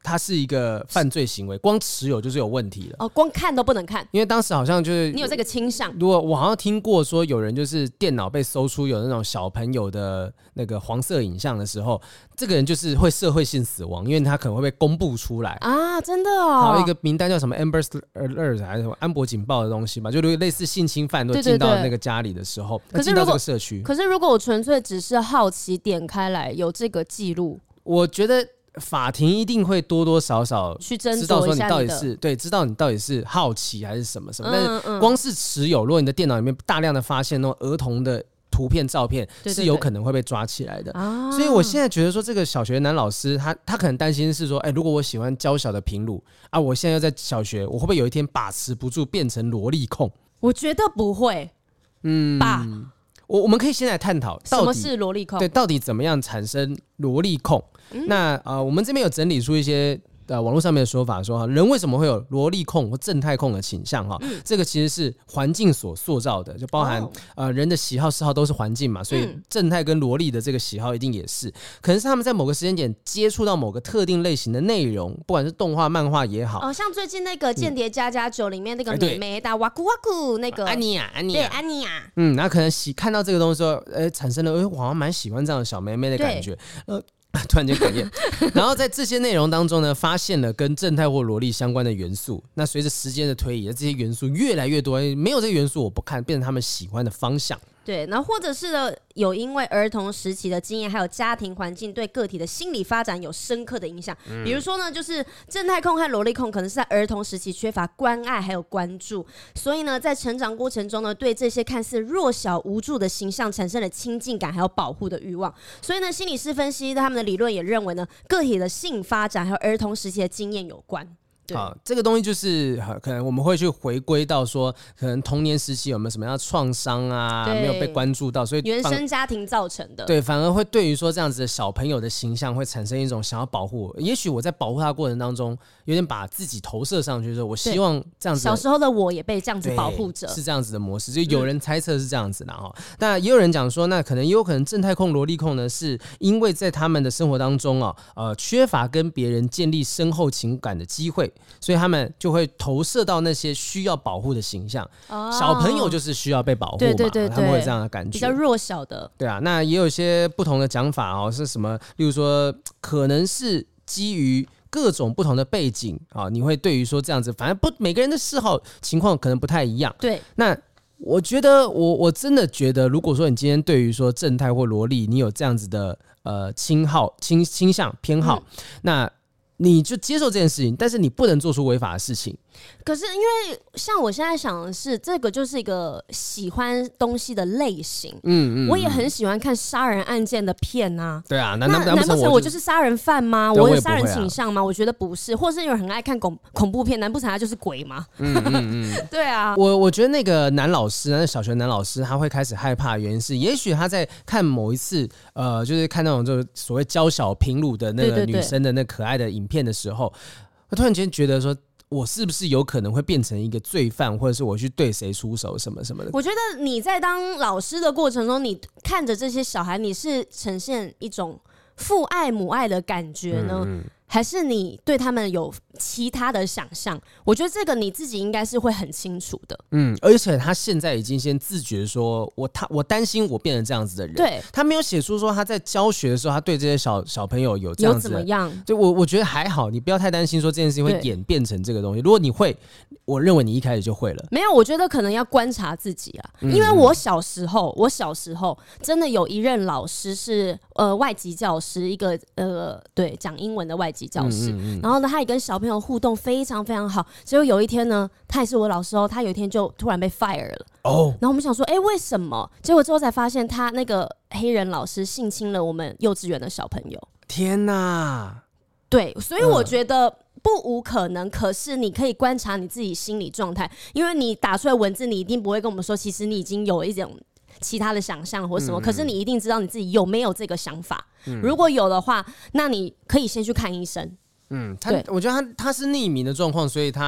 它是一个犯罪行为，光持有就是有问题了。 哦，光看都不能看， 因为当时好像就是你有这个倾向。 如果我好像听过说有人就是电脑被搜出有那种小朋友的那个黄色影像的时候，这个人就是会社会性死亡，因为他可能会被公布出来啊，真的哦。 还有一个名单叫什么 Amber Alert 还是什么安博警报的东西嘛，就类似性侵犯都进到那个家里的时候， 可是进到这个社区。 可是如果我纯粹只是好奇点开来有这个记录， 我觉得法庭一定会多多少少去斟知道说你酌一下你的到底是对，知道你到底是好奇还是什么什么。但嗯嗯是光是持有，如果你的电脑里面大量的发现那种儿童的图片照片， 对对对是有可能会被抓起来的。 啊， 所以我现在觉得说，这个小学男老师他他可能担心是说，哎、欸，如果我喜欢娇小的平乳啊，我现在又在小学，我会不会有一天把持不住变成萝莉控？ 我觉得不会， 嗯吧。 我我们可以先来探讨什么是萝莉控， 对，到底怎么样产生萝莉控？嗯、那呃，我们这边有整理出一些呃网络上面的说法说，说人为什么会有萝莉控或正太控的倾向哈、嗯？这个其实是环境所塑造的，就包含、哦、呃人的喜好嗜好都是环境嘛，所以正太跟萝莉的这个喜好一定也是，可能是他们在某个时间点接触到某个特定类型的内容，不管是动画、漫画也好， 哦，像最近那个《间谍加加酒》里面那个美眉的哇咕哇咕那个安妮亚，安妮亚，对安妮亚， 嗯，然后可能喜看到这个东西之后，呃，产生了，哎、欸，我好像蛮喜欢这样的小妹妹的感觉，呃。突然间哽咽，然后在这些内容当中呢，发现了跟正太或萝莉相关的元素。那随着时间的推移，这些元素越来越多，没有这个元素我不看，变成他们喜欢的方向。 对，然后或者是呢，有因为儿童时期的经验，还有家庭环境对个体的心理发展有深刻的影响。嗯、比如说呢，就是正太控和萝莉控可能是在儿童时期缺乏关爱还有关注，所以呢，在成长过程中呢，对这些看似弱小无助的形象产生了亲近感还有保护的欲望。所以呢，心理师分析他们的理论也认为呢，个体的性发展还有儿童时期的经验有关。 好，这个东西就是可能我们会去回归到说，可能童年时期有没有什么样的创伤啊，没有被关注到，所以原生家庭造成的， 对，反而会对于说这样子的小朋友的形象会产生一种想要保护。也许我在保护他的过程当中，有点把自己投射上去，说我希望这样子， 小时候的我也被这样子保护着， 是这样子的模式。就有人猜测是这样子的哈，那、嗯、也有人讲说，那可能也有可能正太控、萝莉控呢，是因为在他们的生活当中啊，呃，缺乏跟别人建立深厚情感的机会，所以他们就会投射到那些需要保护的形象。哦、小朋友就是需要被保护嘛， 对对对对， 他们会有这样的感觉， 比较弱小的。 对啊，那也有一些不同的讲法哦，是什么？例如说，可能是基于各种不同的背景啊，你会对于说这样子，反正不每个人的嗜好情况可能不太一样。 对， 那我觉得我我真的觉得，如果说你今天对于说正太或萝莉，你有这样子的呃倾好倾倾向偏好，嗯、那你就接受这件事情，但是你不能做出违法的事情。 可是因为像我现在想的是，这个就是一个喜欢东西的类型。嗯嗯，我也很喜欢看杀人案件的片啊。 对啊， 那难难不成我就是杀人犯吗？我有杀人倾向吗？ 我我觉得不是。或是有人很爱看恐恐怖片，难不成他就是鬼吗？嗯嗯嗯，对啊。 我我觉得那个男老师，那小学男老师，他会开始害怕的原因是，也许他在看某一次，呃，就是看那种就是所谓娇小平乳的那个女生的那可爱的影片的时候，他突然间觉得说，我是不是有可能会变成一个罪犯，或者是我去对谁出手什么什么的？ 我觉得你在当老师的过程中，你看着这些小孩，你是呈现一种父爱母爱的感觉呢？嗯嗯，还是你对他们有其他的想象？我觉得这个你自己应该是会很清楚的。 嗯，而且他现在已经先自觉说，我他我担心我变成这样子的人。 对， 他没有写出说他在教学的时候，他对这些小小朋友有这样子的有怎么样？ 就我我觉得还好，你不要太担心说这件事情会演变成这个东西。如果你会，我认为你一开始就会了。 没有，我觉得可能要观察自己啊，因为我小时候，我小时候真的有一任老师是呃外籍教师，一个呃对讲英文的外籍教师。嗯嗯嗯，然后呢，他也跟小朋友互动非常非常好。结果有一天呢，他也是我老师哦，他有一天就突然被 fire 了。哦，然后我们想说，哎、欸，为什么？结果之后才发现，他那个黑人老师性侵了我们幼稚园的小朋友。 天哪！ 对，所以我觉得不无可能。可是你可以观察你自己心理状态，因为你打出来文字，你一定不会跟我们说，其实你已经有一种其他的想象或什么、嗯。可是你一定知道你自己有没有这个想法。嗯、如果有的话，那你可以先去看医生。 嗯，他我觉得他他是匿名的状况，所以他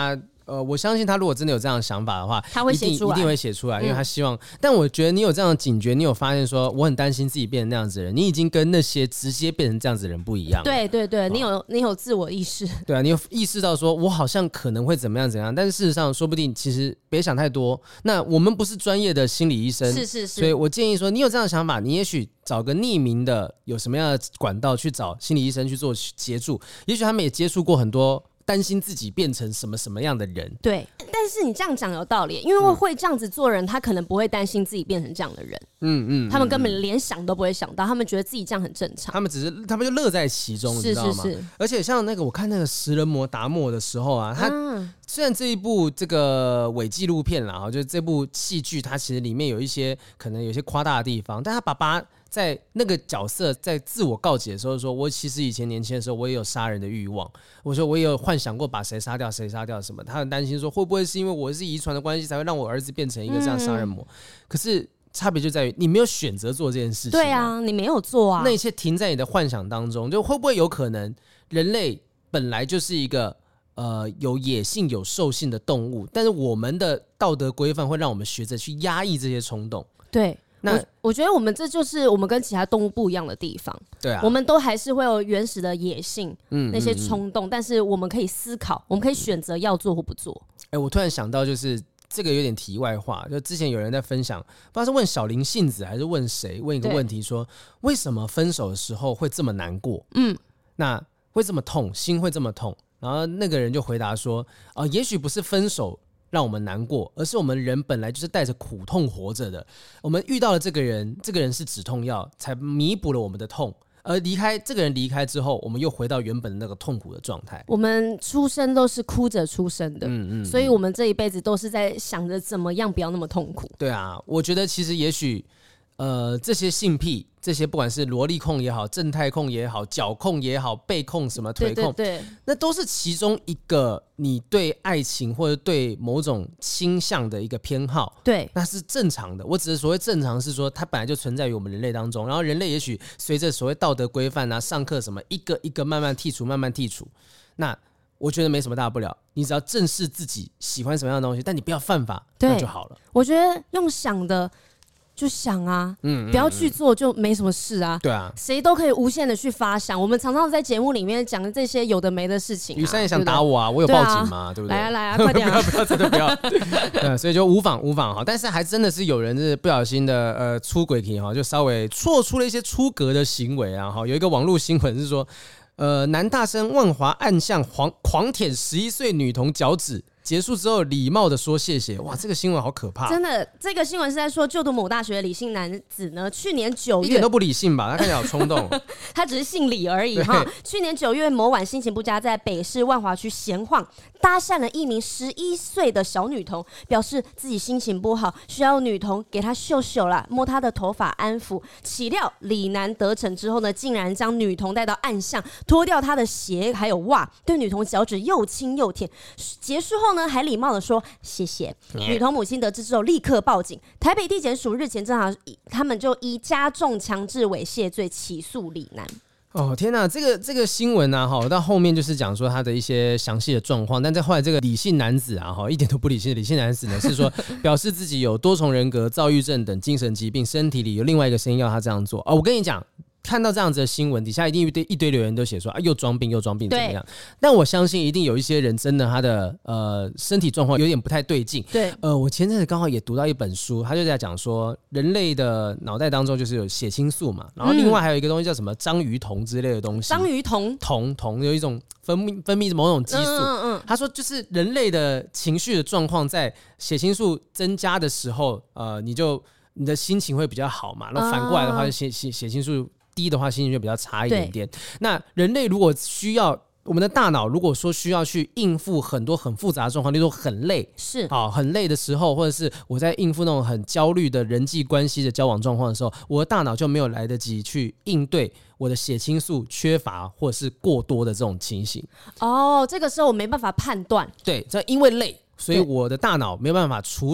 呃，我相信他如果真的有这样的想法的话， 他会写出来， 一定一定会写出来，因为他希望。嗯、但我觉得你有这样的警觉，你有发现说，我很担心自己变成那样子的人，你已经跟那些直接变成这样子的人不一样了。 对对对，你有你有自我意识。 对啊，你有意识到说，我好像可能会怎么样怎样，但是事实上，说不定其实别想太多。那我们不是专业的心理医生， 是是是， 所以我建议说，你有这样的想法，你也许找个匿名的，有什么样的管道去找心理医生去做协助，也许他们也接触过很多。担心自己变成什么什么样的人， 对，但是你这样讲有道理，因为会这样子做人，他可能不会担心自己变成这样的人，嗯嗯，他们根本连想都不会想到，他们觉得自己这样很正常， 他们只是他们就乐在其中， 是你知道吗？ 是是。 而且像那个我看那个食人魔达摩的时候啊，他、嗯、虽然这一部这个伪纪录片啦，就是这部戏剧，它其实里面有一些可能有些夸大的地方，但他爸爸。在那个角色在自我告解的时候说，我其实以前年轻的时候我也有杀人的欲望，我说我也有幻想过把谁杀掉谁杀掉什么，他很担心说会不会是因为我是遗传的关系才会让我儿子变成一个这样杀人魔、嗯、可是差别就在于你没有选择做这件事情、啊、 对啊，你没有做啊， 那一切停在你的幻想当中，就会不会有可能人类本来就是一个呃有野性有兽性的动物，但是我们的道德规范会让我们学着去压抑这些冲动。 对，那 我, 我觉得我们这就是我们跟其他动物不一样的地方。对啊，我们都还是会有原始的野性，嗯、那些冲动、嗯嗯嗯，但是我们可以思考，我们可以选择要做或不做。 哎、欸，我突然想到，就是这个有点题外话，就之前有人在分享，不知道是问小林幸子还是问谁，问一个问题说，为什么分手的时候会这么难过？嗯，那会这么痛，心会这么痛？然后那个人就回答说，啊、呃，也许不是分手。让我们难过，而是我们人本来就是带着苦痛活着的。我们遇到了这个人，这个人是止痛药，才弥补了我们的痛。而离开这个人离开之后，我们又回到原本的那个痛苦的状态。 我们出生都是哭着出生的，嗯嗯，所以我们这一辈子都是在想着怎么样不要那么痛苦。 对啊，我觉得其实也许，呃，这些性癖。这些不管是萝莉控也好，正太控也好，脚控也好，背控什么腿控， 对对对， 那都是其中一个你对爱情或者对某种倾向的一个偏好， 对， 那是正常的。我只是所谓正常是说，它本来就存在于我们人类当中，然后人类也许随着所谓道德规范啊、上课什么，一个一个慢慢剔除，慢慢剔除。那我觉得没什么大不了，你只要正视自己喜欢什么样的东西，但你不要犯法，那就好了。 我觉得用想的。就想啊，嗯嗯嗯，不要去做就没什么事啊。 对啊， 谁都可以无限的去发想。我们常常在节目里面讲的这些有的没的事情、啊。 雨珊也想打我啊，我有报警吗？ 对, 对不对？ 来啊来啊，快点、啊！ 不要不要，真的不要。对，所以就无妨无妨哈。但是还真的是有人是不小心的呃出轨哈，就稍微做出了一些出格的行为啊哈。有一个网络新闻是说，呃，男大生万华暗巷狂狂舔十一岁女童脚趾。结束之后，礼貌的说谢谢。哇，这个新闻好可怕！ 真的，这个新闻是在说，就读某大学的李姓男子呢，去年九月一点都不理性吧？他看起来好冲动， 他只是姓李而已哈。去年九月某晚心情不佳，在北市万华区闲晃，搭讪了一名十一岁的小女童，表示自己心情不好，需要女童给他秀秀啦，摸她的头发安抚。岂料李男得逞之后呢，竟然将女童带到暗巷，脱掉她的鞋还有袜，对女童脚趾又亲又舔。结束后呢，还礼貌的说谢谢。女童母亲得知之后立刻报警，台北地检署日前正好他们就以加重强制猥亵罪起诉李男。 哦天哪，这个这个新闻啊，哈，到后面就是讲说他的一些详细的状况，但在后来这个李姓男子啊，哈，一点都不理性的李姓男子呢，是说表示自己有多重人格、躁郁症等精神疾病，身体里有另外一个声音要他这样做。哦，我跟你讲。看到这样子的新闻，底下一定一堆一堆留言都写说啊，又装病又装病怎么样？但我相信一定有一些人真的他的呃身体状况有点不太对劲。 对， 呃，我前阵子刚好也读到一本书，他就在讲说，人类的脑袋当中就是有血清素嘛，然后另外还有一个东西叫什么章鱼酮之类的东西。 章鱼酮， 酮酮有一种分泌分泌某种激素。嗯嗯嗯。他说就是人类的情绪的状况，在血清素增加的时候，呃，你就你的心情会比较好嘛，然后反过来的话，血血血清素低的话，心情就比较差一点点。那人类如果需要我们的大脑，如果说需要去应付很多很复杂的状况，例如说很累， 是好很累的时候，或者是我在应付那种很焦虑的人际关系的交往状况的时候，我的大脑就没有来得及去应对我的血清素缺乏或者是过多的这种情形。 哦，这个时候我没办法判断。 对，这因为累，所以我的大脑没有办法处理。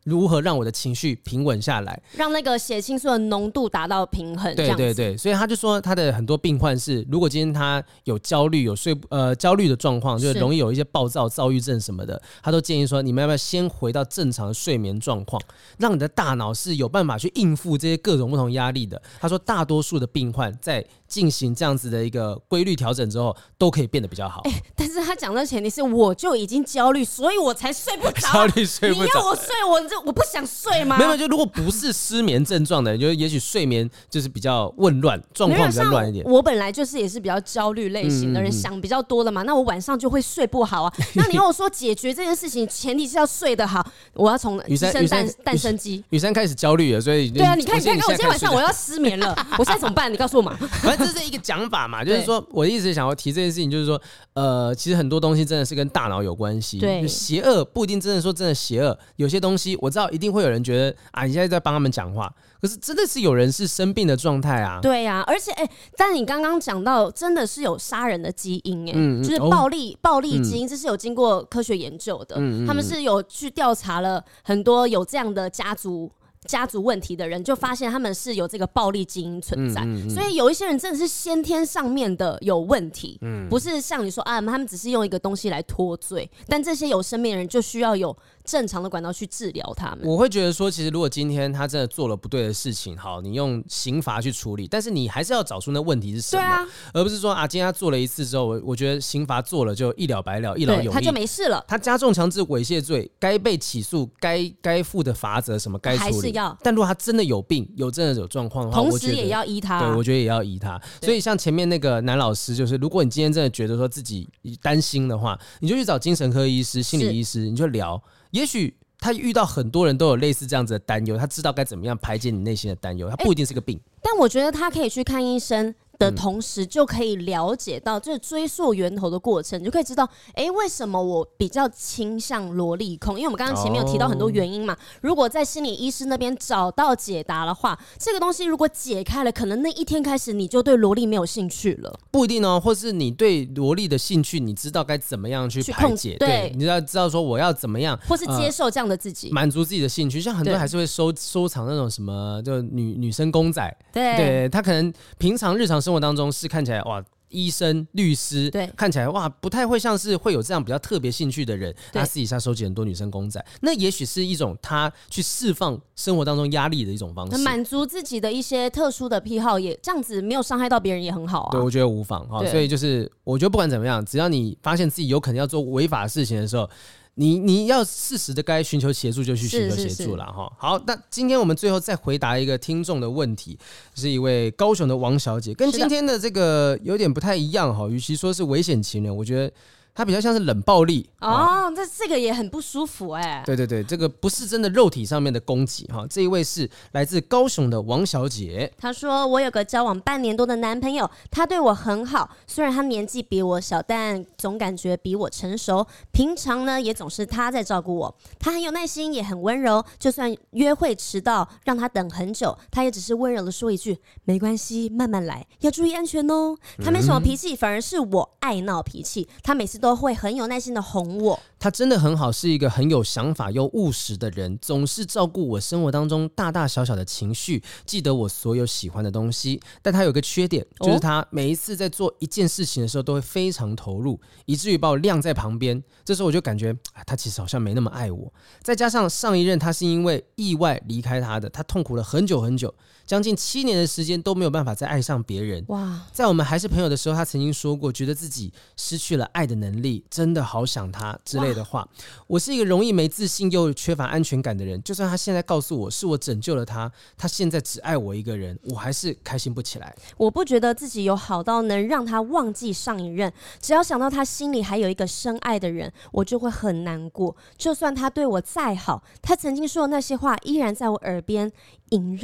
如何让我的情绪平稳下来， 让那个血清素的浓度达到平衡。 对对对，所以他就说他的很多病患是，如果今天他有焦虑、有睡呃焦虑的状况，就是容易有一些暴躁、躁郁症什么的，他都建议说，你们要不要先回到正常的睡眠状况，让你的大脑是有办法去应付这些各种不同压力的。他说，大多数的病患在进行这样子的一个规律调整之后，都可以变得比较好。 欸、但是他讲的前提是，我就已经焦虑，所以我才睡不着。 焦虑睡不着， 你要我睡，我这我不想睡吗？ 没有，就如果不是失眠症状的人，就也许睡眠就是比较混乱，状况比较乱一点。 我本来就是也是比较焦虑类型的人，嗯、想比较多的嘛，那我晚上就会睡不好啊。那你要我说解决这件事情，前提是要睡得好，我要从医生诞诞生机。 雨珊开始焦虑了，所以对啊，你看，你看，我今天晚上我要失眠了，我现在怎么办？你告诉我嘛。 反正这是一个讲法嘛，就是说我一直想要提这件事情，就是说，呃，其实很多东西真的是跟大脑有关系。 对， 邪恶不一定真的说真的邪恶，有些东西我知道一定会有人觉得啊，你现在在帮他们讲话，可是真的是有人是生病的状态啊。 对啊，而且哎、欸，但你刚刚讲到，真的是有杀人的基因哎、欸嗯，就是暴力、哦、暴力基因，这是有经过科学研究的，嗯、他们是有去调查了很多有这样的家族。家族问题的人就发现他们是有这个暴力基因存在，嗯嗯嗯，所以有一些人真的是先天上面的有问题，嗯、不是像你说啊，他们只是用一个东西来脱罪，但这些有生命的人就需要有正常的管道去治疗他们。 我会觉得说，其实如果今天他真的做了不对的事情，好，你用刑罚去处理，但是你还是要找出那问题是什么， 对啊， 而不是说啊，今天他做了一次之后，我我觉得刑罚做了就一了百了，一劳永逸， 他就没事了。 他加重强制猥亵罪，该被起诉，该该负的罚则什么该处理。但如果他真的有病，有真的有状况的话， 同时也要医他。 对，我觉得也要医他。所以像前面那个男老师，就是如果你今天真的觉得说自己担心的话，你就去找精神科医师、心理医师，你就聊。也许他遇到很多人都有类似这样子的担忧，他知道该怎么样排解你内心的担忧，他不一定是个病。 但我觉得他可以去看医生的同时，就可以了解到就是追溯源头的过程，你就可以知道，哎，为什么我比较倾向萝莉控？因为我们刚刚前面有提到很多原因嘛。哦、如果在心理医师那边找到解答的话，这个东西如果解开了，可能那一天开始你就对萝莉没有兴趣了。 不一定哦，或是你对萝莉的兴趣，你知道该怎么样去排解， 对， 对，你要知道说我要怎么样， 或是接受这样的自己， 满、呃、足自己的兴趣。像很多人还是会收收藏那种什么，就女女生公仔， 对， 对他可能平常日常生活当中是看起来哇。医生、律师， 对， 看起来哇，不太会像是会有这样比较特别兴趣的人，他私底下收集很多女生公仔，那也许是一种他去释放生活当中压力的一种方式， 满足自己的一些特殊的癖好，也这样子没有伤害到别人也很好啊。 对，我觉得无妨哈。所以就是我觉得不管怎么样，只要你发现自己有可能要做违法的事情的时候，你你要适时的该寻求协助就去寻求协助了哈。好，那今天我们最后再回答一个听众的问题，是一位高雄的王小姐，跟今天的这个有点不太一样哈。与其说是危险情人，我觉得它比较像是冷暴力哦，那这个也很不舒服哎、欸。 对对对，这个不是真的肉体上面的攻击哈。这一位是来自高雄的王小姐， 她说我有个交往半年多的男朋友，他对我很好，虽然他年纪比我小，但总感觉比我成熟。平常呢也总是他在照顾我，他很有耐心，也很温柔。就算约会迟到，让他等很久，他也只是温柔的说一句没关系，慢慢来，要注意安全哦。他没什么脾气，反而是我爱闹脾气。他每次都会很有耐心的哄我。 他真的很好，是一个很有想法又务实的人，总是照顾我生活当中大大小小的情绪，记得我所有喜欢的东西。但他有个缺点，就是他每一次在做一件事情的时候都会非常投入，以至于把我晾在旁边。这时候我就感觉、啊、他其实好像没那么爱我。再加上上一任他是因为意外离开他的，他痛苦了很久很久，将近七年的时间都没有办法再爱上别人。哇！在我们还是朋友的时候，他曾经说过，觉得自己失去了爱的能力，真的好想他之类的话。我是一个容易没自信又缺乏安全感的人，就算他现在告诉我是我拯救了他，他现在只爱我一个人，我还是开心不起来。 我不觉得自己有好到能让他忘记上一任，只要想到他心里还有一个深爱的人，我就会很难过。就算他对我再好，他曾经说的那些话依然在我耳边萦绕。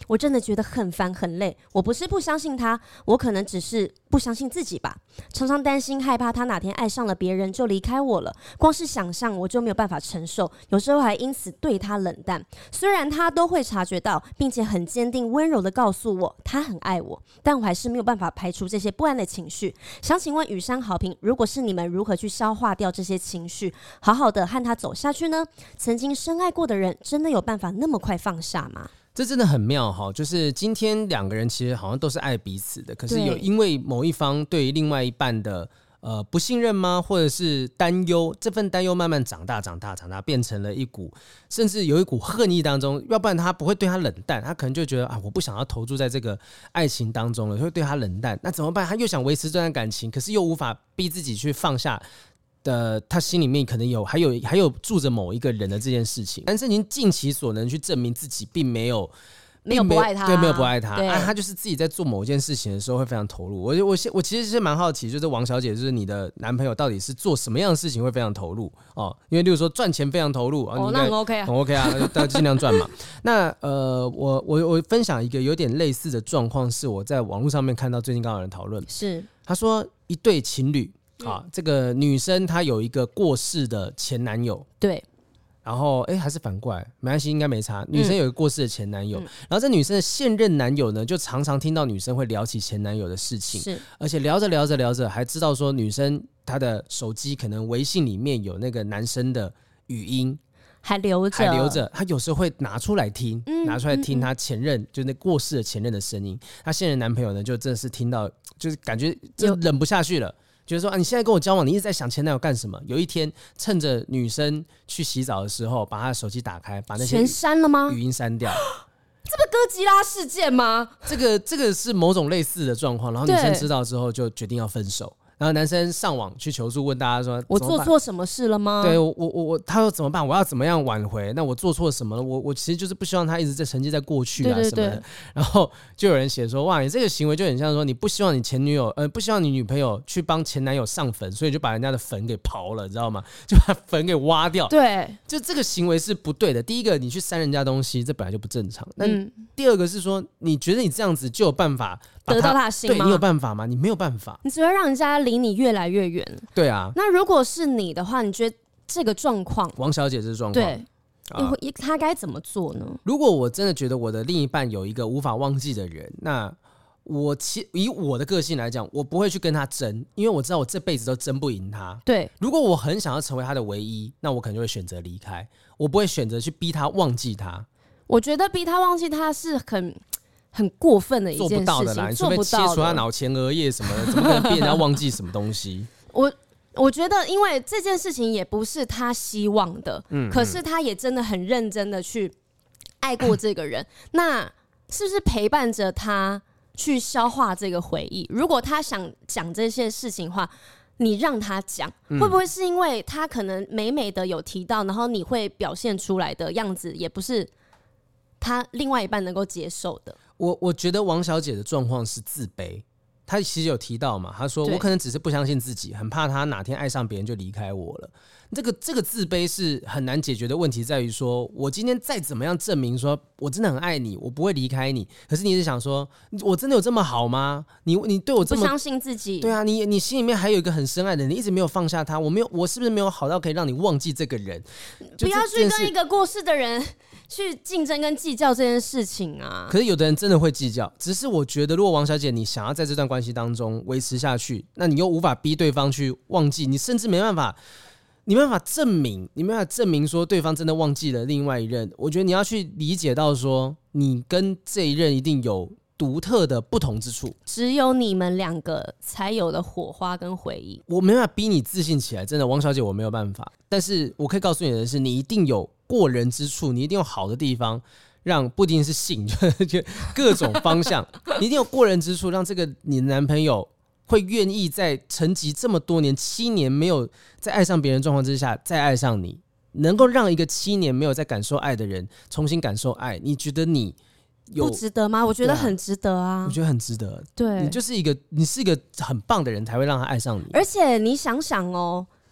我真的觉得很烦很累。我不是不相信他，我可能只是不相信自己吧。常常担心害怕他哪天爱上了别人就离开我了，光是想象我就没有办法承受，有时候还因此对他冷淡。虽然他都会察觉到，并且很坚定温柔地告诉我他很爱我，但我还是没有办法排除这些不安的情绪。想请问雨山好评，如果是你们，如何去消化掉这些情绪，好好的和他走下去呢？曾经深爱过的人，真的有办法那么快放下吗？ 这真的很妙哈，就是今天两个人其实好像都是爱彼此的，可是有因为某一方对于另外一半的呃不信任吗，或者是担忧，这份担忧慢慢长大长大长大，变成了一股，甚至有一股恨意当中，要不然他不会对他冷淡，他可能就觉得啊，我不想要投注在这个爱情当中了，会对他冷淡，那怎么办？他又想维持这段感情，可是又无法逼自己去放下。的他心里面可能有还有还有住着某一个人的这件事情，男生已经尽其所能去证明自己并没有没有不爱他， 对，没有不爱他，啊，他就是自己在做某件事情的时候会非常投入。我我我其实是蛮好奇，就是王小姐，就是你的男朋友到底是做什么样的事情会非常投入哦？因为例如说赚钱非常投入， 哦，那很 OK 啊， 很 OK 啊，那尽量赚嘛。那呃，我我我分享一个有点类似的状况，是我在网络上面看到最近刚好有人讨论， 是他说一对情侣。啊，这个女生她有一个过世的前男友， 对， 然后哎还是反过来，没关系，应该没差。女生有一个过世的前男友，嗯、然后这女生的现任男友呢，就常常听到女生会聊起前男友的事情， 是， 而且聊着聊着聊着，还知道说女生她的手机可能微信里面有那个男生的语音。 还留着， 还留着，他有时候会拿出来听，嗯、拿出来听他前任，嗯嗯、就那过世的前任的声音。他现任男朋友呢，就真的是听到，就是感觉就忍不下去了。觉得说啊，你现在跟我交往，你一直在想前男友干什么？有一天，趁着女生去洗澡的时候，把她的手机打开，把那些全删了吗？ 语音删掉。 这不哥吉拉事件吗？ 这个这个是某种类似的状况，然后女生知道之后就决定要分手。然后男生上网去求助，问大家说：“ 我做错什么事了吗？” 对我我我他说怎么办？我要怎么样挽回？那我做错什么了？我我其实就是不希望他一直在沉浸在过去啊什么的。对对对，然后就有人写说：“哇，你这个行为就很像说你不希望你前女友呃不希望你女朋友去帮前男友上坟，所以就把人家的坟给刨了，你知道吗？就把坟给挖掉。 对， 就这个行为是不对的。第一个，你去删人家东西，这本来就不正常。那、嗯、第二个是说，你觉得你这样子就有办法得到他的心吗？ 对，你有办法吗？你没有办法， 你只会让人家离你越来越远。 对啊， 那如果是你的话，你觉得这个状况， 王小姐这状况， 对，啊、他该怎么做呢？ 如果我真的觉得我的另一半有一个无法忘记的人，那我其以我的个性来讲，我不会去跟他争，因为我知道我这辈子都争不赢他。 对， 如果我很想要成为他的唯一，那我可能就会选择离开，我不会选择去逼他忘记他。 我觉得逼他忘记他是很。很过分的一件事情， 做不到的啦，你除非切除他脑前额叶什么的，怎么可能逼人家忘记什么东西？ 我我觉得，因为这件事情也不是他希望的，嗯，可是他也真的很认真的去爱过这个人，那是不是陪伴着他去消化这个回忆？如果他想讲这些事情的话，你让他讲，会不会是因为他可能美美的有提到，然后你会表现出来的样子，也不是他另外一半能够接受的？ 我我觉得王小姐的状况是自卑，她其实有提到嘛，她说我可能只是不相信自己，很怕她哪天爱上别人就离开我了。这个这个自卑是很难解决的问题，在于说我今天再怎么样证明说我真的很爱你，我不会离开你，可是你是想说我真的有这么好吗？你你对我这么不相信自己？对啊，你你心里面还有一个很深爱的人，你一直没有放下他，我没有，我是不是没有好到可以让你忘记这个人？ 不要去跟一个过世的人去竞争跟计较这件事情啊！ 可是有的人真的会计较，只是我觉得，如果王小姐你想要在这段关系当中维持下去，那你又无法逼对方去忘记，你甚至没办法，你没办法证明，你没办法证明说对方真的忘记了另外一任。我觉得你要去理解到说，你跟这一任一定有独特的不同之处， 只有你们两个才有的火花跟回忆。 我没办法逼你自信起来，真的，王小姐，我没有办法。但是我可以告诉你的是，你一定有过人之处，你一定有好的地方，让不一定是性，就各种方向，你一定有过人之处，让这个你的男朋友会愿意在沉寂这么多年，七年没有在爱上别人状况之下再爱上你，能够让一个七年没有在感受爱的人重新感受爱，你觉得你有不值得吗？我觉得很值得啊， 我觉得很值得。 对， 你就是一个，你是一个很棒的人，才会让他爱上你。 而且你想想哦，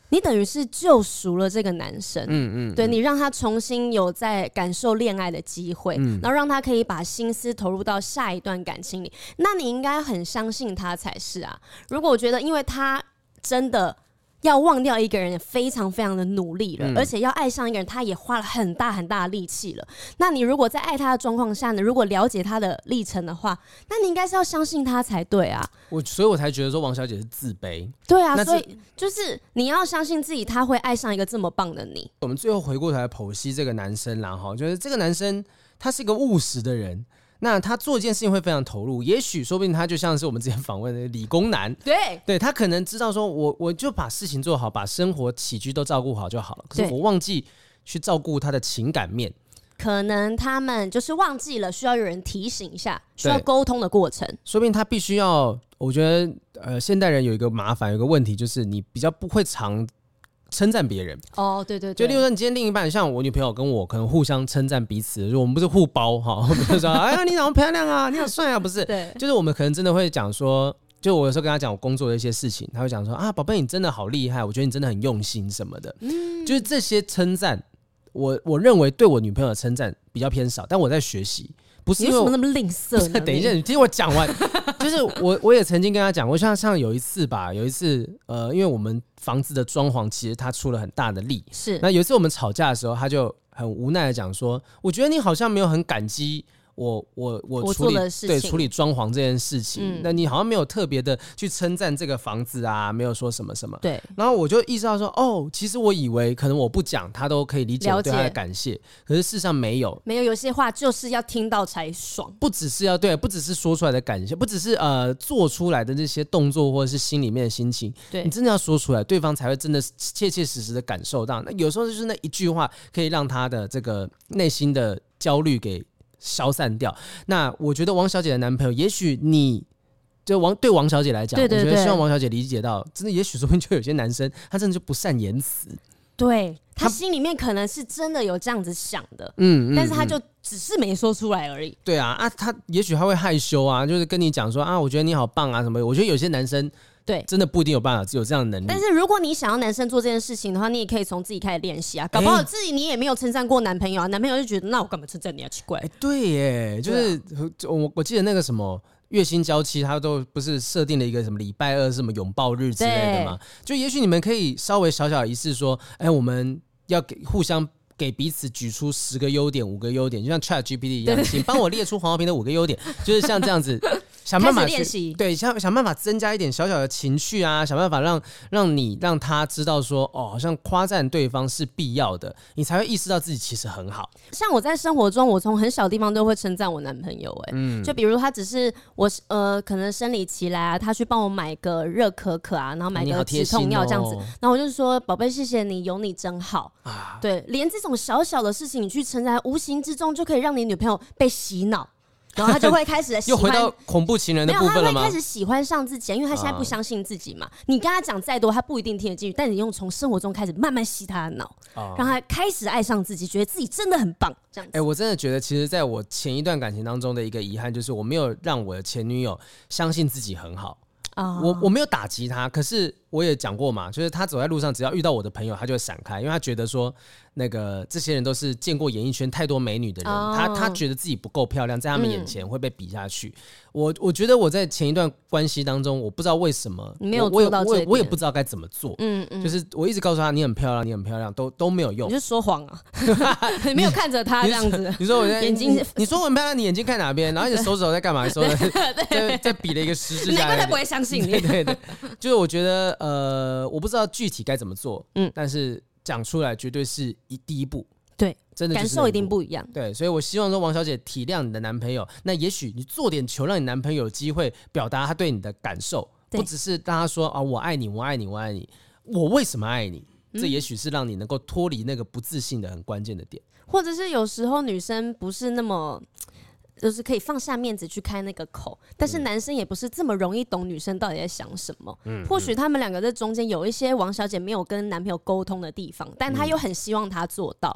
你等于是救赎了这个男生， 嗯嗯， 对，你让他重新有在感受恋爱的机会， 嗯， 然后让他可以把心思投入到下一段感情里，那你应该很相信他才是啊。如果我觉得，因为他真的要忘掉一个人也非常非常的努力了，嗯，而且要爱上一个人他也花了很大很大的力气了，那你如果在爱他的状况下呢，如果了解他的历程的话，那你应该是要相信他才对啊。 我所以我才觉得说王小姐是自卑。 对啊，所以就是你要相信自己他会爱上一个这么棒的你。 我们最后回过头来剖析这个男生啦，就是这个男生他是一个务实的人，那他做一件事情会非常投入，也许说不定他就像是我们之前访问的理工男， 对对，他可能知道说我我就把事情做好，把生活起居都照顾好就好了，可是我忘记去照顾他的情感面， 可能他们就是忘记了需要有人提醒一下，需要沟通的过程， 说不定他必须要，我觉得呃现代人有一个麻烦，有一个问题就是你比较不会常称赞别人哦，对对对， 就例如说你今天另一半，像我女朋友跟我可能互相称赞彼此，就我们不是互包哈，我们就说哎呀你好漂亮啊，你好帅啊，不是， 对， 就是我们可能真的会讲说，就我有时候跟他讲我工作的一些事情，他会讲说啊宝贝你真的好厉害，我觉得你真的很用心什么的，嗯，就是这些称赞，我我认为对我女朋友的称赞比较偏少，但我在学习。不是因为你为什么那么吝啬呢？ 等一下，你听我讲完。就是我，我也曾经跟他讲过，像像有一次吧，有一次，呃，因为我们房子的装潢，其实他出了很大的力。 是。 那有一次我们吵架的时候，他就很无奈的讲说：“我觉得你好像没有很感激我，我我处理对处理装潢这件事情，那、嗯、你好像没有特别的去称赞这个房子啊，没有说什么什么。” 对。 然后我就意识到说：“哦，其实我以为可能我不讲，他都可以理解我对他的感谢，可是事实上没有， 没有，有些话就是要听到才爽， 不只是要对，不只是说出来的感谢，不只是呃做出来的这些动作或者是心里面的心情，对你真的要说出来，对方才会真的切切实实的感受到。那有时候就是那一句话可以让他的这个内心的焦虑给消散掉。那我觉得王小姐的男朋友，也许你就王对王小姐来讲，对对对，我觉得希望王小姐理解到，真的，也许说不定就有些男生他真的就不善言辞， 对他心里面可能是真的有这样子想的，嗯，但是他就只是没说出来而已。 对啊，啊，他也许他会害羞啊，就是跟你讲说啊，我觉得你好棒啊什么。我觉得有些男生对真的不一定有办法有这样的能力。 但是如果你想要男生做这件事情的话，你也可以从自己开始练习啊。搞不好自己你也没有称赞过男朋友啊，男朋友就觉得那我干嘛称赞你啊？奇怪。欸、 对耶，就是、啊、我我记得那个什么。月薪娇妻，他都不是设定了一个什么礼拜二是什么拥抱日之类的吗？就也许你们可以稍微小小仪式说，哎、欸，我们要给互相给彼此举出十个优点、五个优点，就像 Chat G P T 一样，请帮我列出黄豪平的五个优点，就是像这样子。想办法练习， 对，想想办法增加一点小小的情绪啊，想办法让让你让他知道说，哦，好像夸赞对方是必要的，你才会意识到自己其实很好。 像我在生活中，我从很小的地方都会称赞我男朋友、欸，哎、嗯，就比如他只是我呃，可能生理期来啊，他去帮我买个热可可啊，然后买个止痛药这样子，哦、然后我就说，宝贝，谢谢你，有你真好啊。对，连这种小小的事情你去称赞，无形之中就可以让你女朋友被洗脑。然后他就会开始喜欢， 又回到恐怖情人的部分了吗？ 没有，他会开始喜欢上自己，因为他现在不相信自己嘛。啊、你跟他讲再多，他不一定听得进去，但你用从生活中开始慢慢洗他的脑，啊、让他开始爱上自己，觉得自己真的很棒。这样子， 哎、欸，我真的觉得，其实在我前一段感情当中的一个遗憾，就是我没有让我的前女友相信自己很好。啊、我我没有打击他，可是我也讲过嘛，就是他走在路上，只要遇到我的朋友，他就会闪开，因为他觉得说，那个这些人都是见过演艺圈太多美女的人，哦、他他觉得自己不够漂亮，在他们眼前会被比下去。嗯、我我觉得我在前一段关系当中，我不知道为什么， 你没有做到这一点， 我也不知道该怎么做。嗯嗯，就是我一直告诉他你很漂亮，你很漂亮，都都没有用。 你就说谎啊，你没有看着他这样子。 你说我在眼睛，你, 你说我很漂亮，你眼睛看哪边？然后你的手指头在干嘛？手指在在比了一个十字架， 难怪他不会相信你。 对对对，就是我觉得呃，我不知道具体该怎么做，嗯，但是讲出来绝对是一第一步。 对， 真的感受一定不一样。 对，所以我希望说王小姐体谅你的男朋友，那也许你做点球，让你男朋友有机会表达他对你的感受，不只是大家说啊，我爱你，我爱你，我爱你，我为什么爱你？这也许是让你能够脱离那个不自信的很关键的点。 或者是有时候女生不是那么。就是可以放下面子去开那个口，但是男生也不是这么容易懂女生到底在想什么。嗯，或许他们两个在中间有一些王小姐没有跟男朋友沟通的地方，但她又很希望他做到。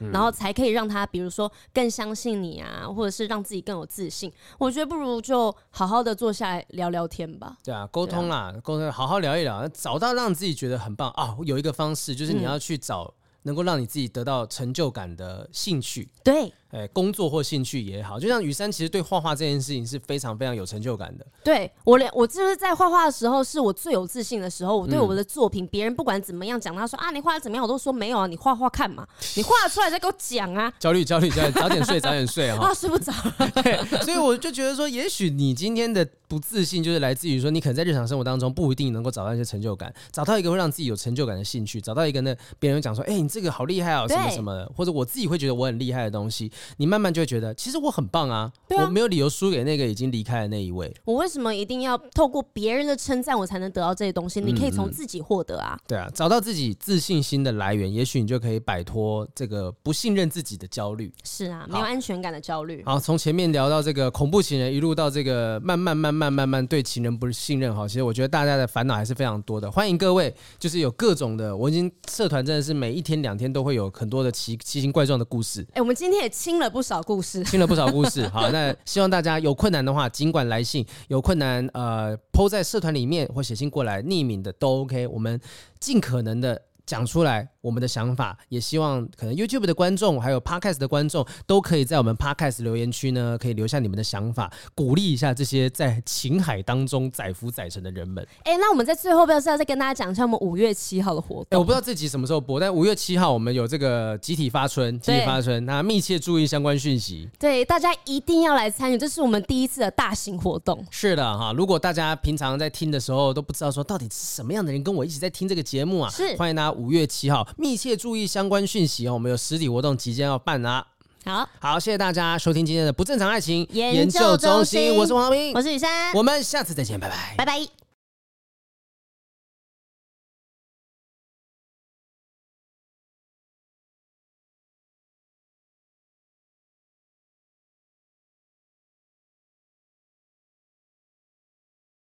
嗯、然后才可以让他比如说更相信你啊，或者是让自己更有自信。我觉得不如就好好的坐下来聊聊天吧。 对啊，沟通啦，沟通，好好聊一聊，找到让自己觉得很棒啊。有一个方式就是你要去找能够让你自己得到成就感的兴趣。 对。 欸、工作或兴趣也好，就像雨珊其实对画画这件事情是非常非常有成就感的。 对，我连我就是在画画的时候是我最有自信的时候，我对我的作品别、嗯、人不管怎么样讲，他说啊你画的怎么样，我都说没有啊，你画画看嘛，你画出来再给我讲啊。 焦虑焦虑焦虑，早点睡早点睡啊， 睡不着。 对，所以我就觉得说也许你今天的不自信就是来自于说你可能在日常生活当中不一定能够找到一些成就感，找到一个会让自己有成就感的兴趣，找到一个呢别人讲说哎、欸、你这个好厉害哦什么什么的，或者我自己会觉得我很厉害的东西，你慢慢就会觉得其实我很棒 啊, 啊我没有理由输给那个已经离开的那一位。 我为什么一定要透过别人的称赞我才能得到这些东西？你可以从自己获得啊、 嗯嗯、对啊，找到自己自信心的来源，也许你就可以摆脱这个不信任自己的焦虑。 是啊，没有安全感的焦虑。 好，从前面聊到这个恐怖情人，一路到这个慢慢慢慢慢慢对情人不信任，好，其实我觉得大家的烦恼还是非常多的。欢迎各位，就是有各种的，我已经社团真的是每一天两天都会有很多的奇奇形怪状的故事。 哎、欸，我们今天也清了不少故事。 听了不少故事，好，那希望大家有困难的话，尽管来信，有困难呃 po 在社团里面或写信过来，匿名的都 OK， 我们尽可能的讲出来我们的想法，也希望可能 YouTube 的观众还有 Podcast 的观众都可以在我们 Podcast 留言区呢，可以留下你们的想法，鼓励一下这些在情海当中载浮载沉的人们。 哎、欸，那我们在最后不要是要再跟大家讲一下我们五月七号的活动？ 欸、我不知道这集什么时候播，但五月七号我们有这个集体发春，集体发春，那密切注意相关讯息。 对，大家一定要来参与，这是我们第一次的大型活动。 是的哈，如果大家平常在听的时候都不知道说到底是什么样的人跟我一起在听这个节目啊， 是欢迎大家五月七号密切注意相关讯息哦，我们有实体活动即将要办啊。 好好，谢谢大家收听今天的不正常爱情研究中心， 我是王浩明， 我是雨珊， 我们下次再见，拜拜， 拜拜。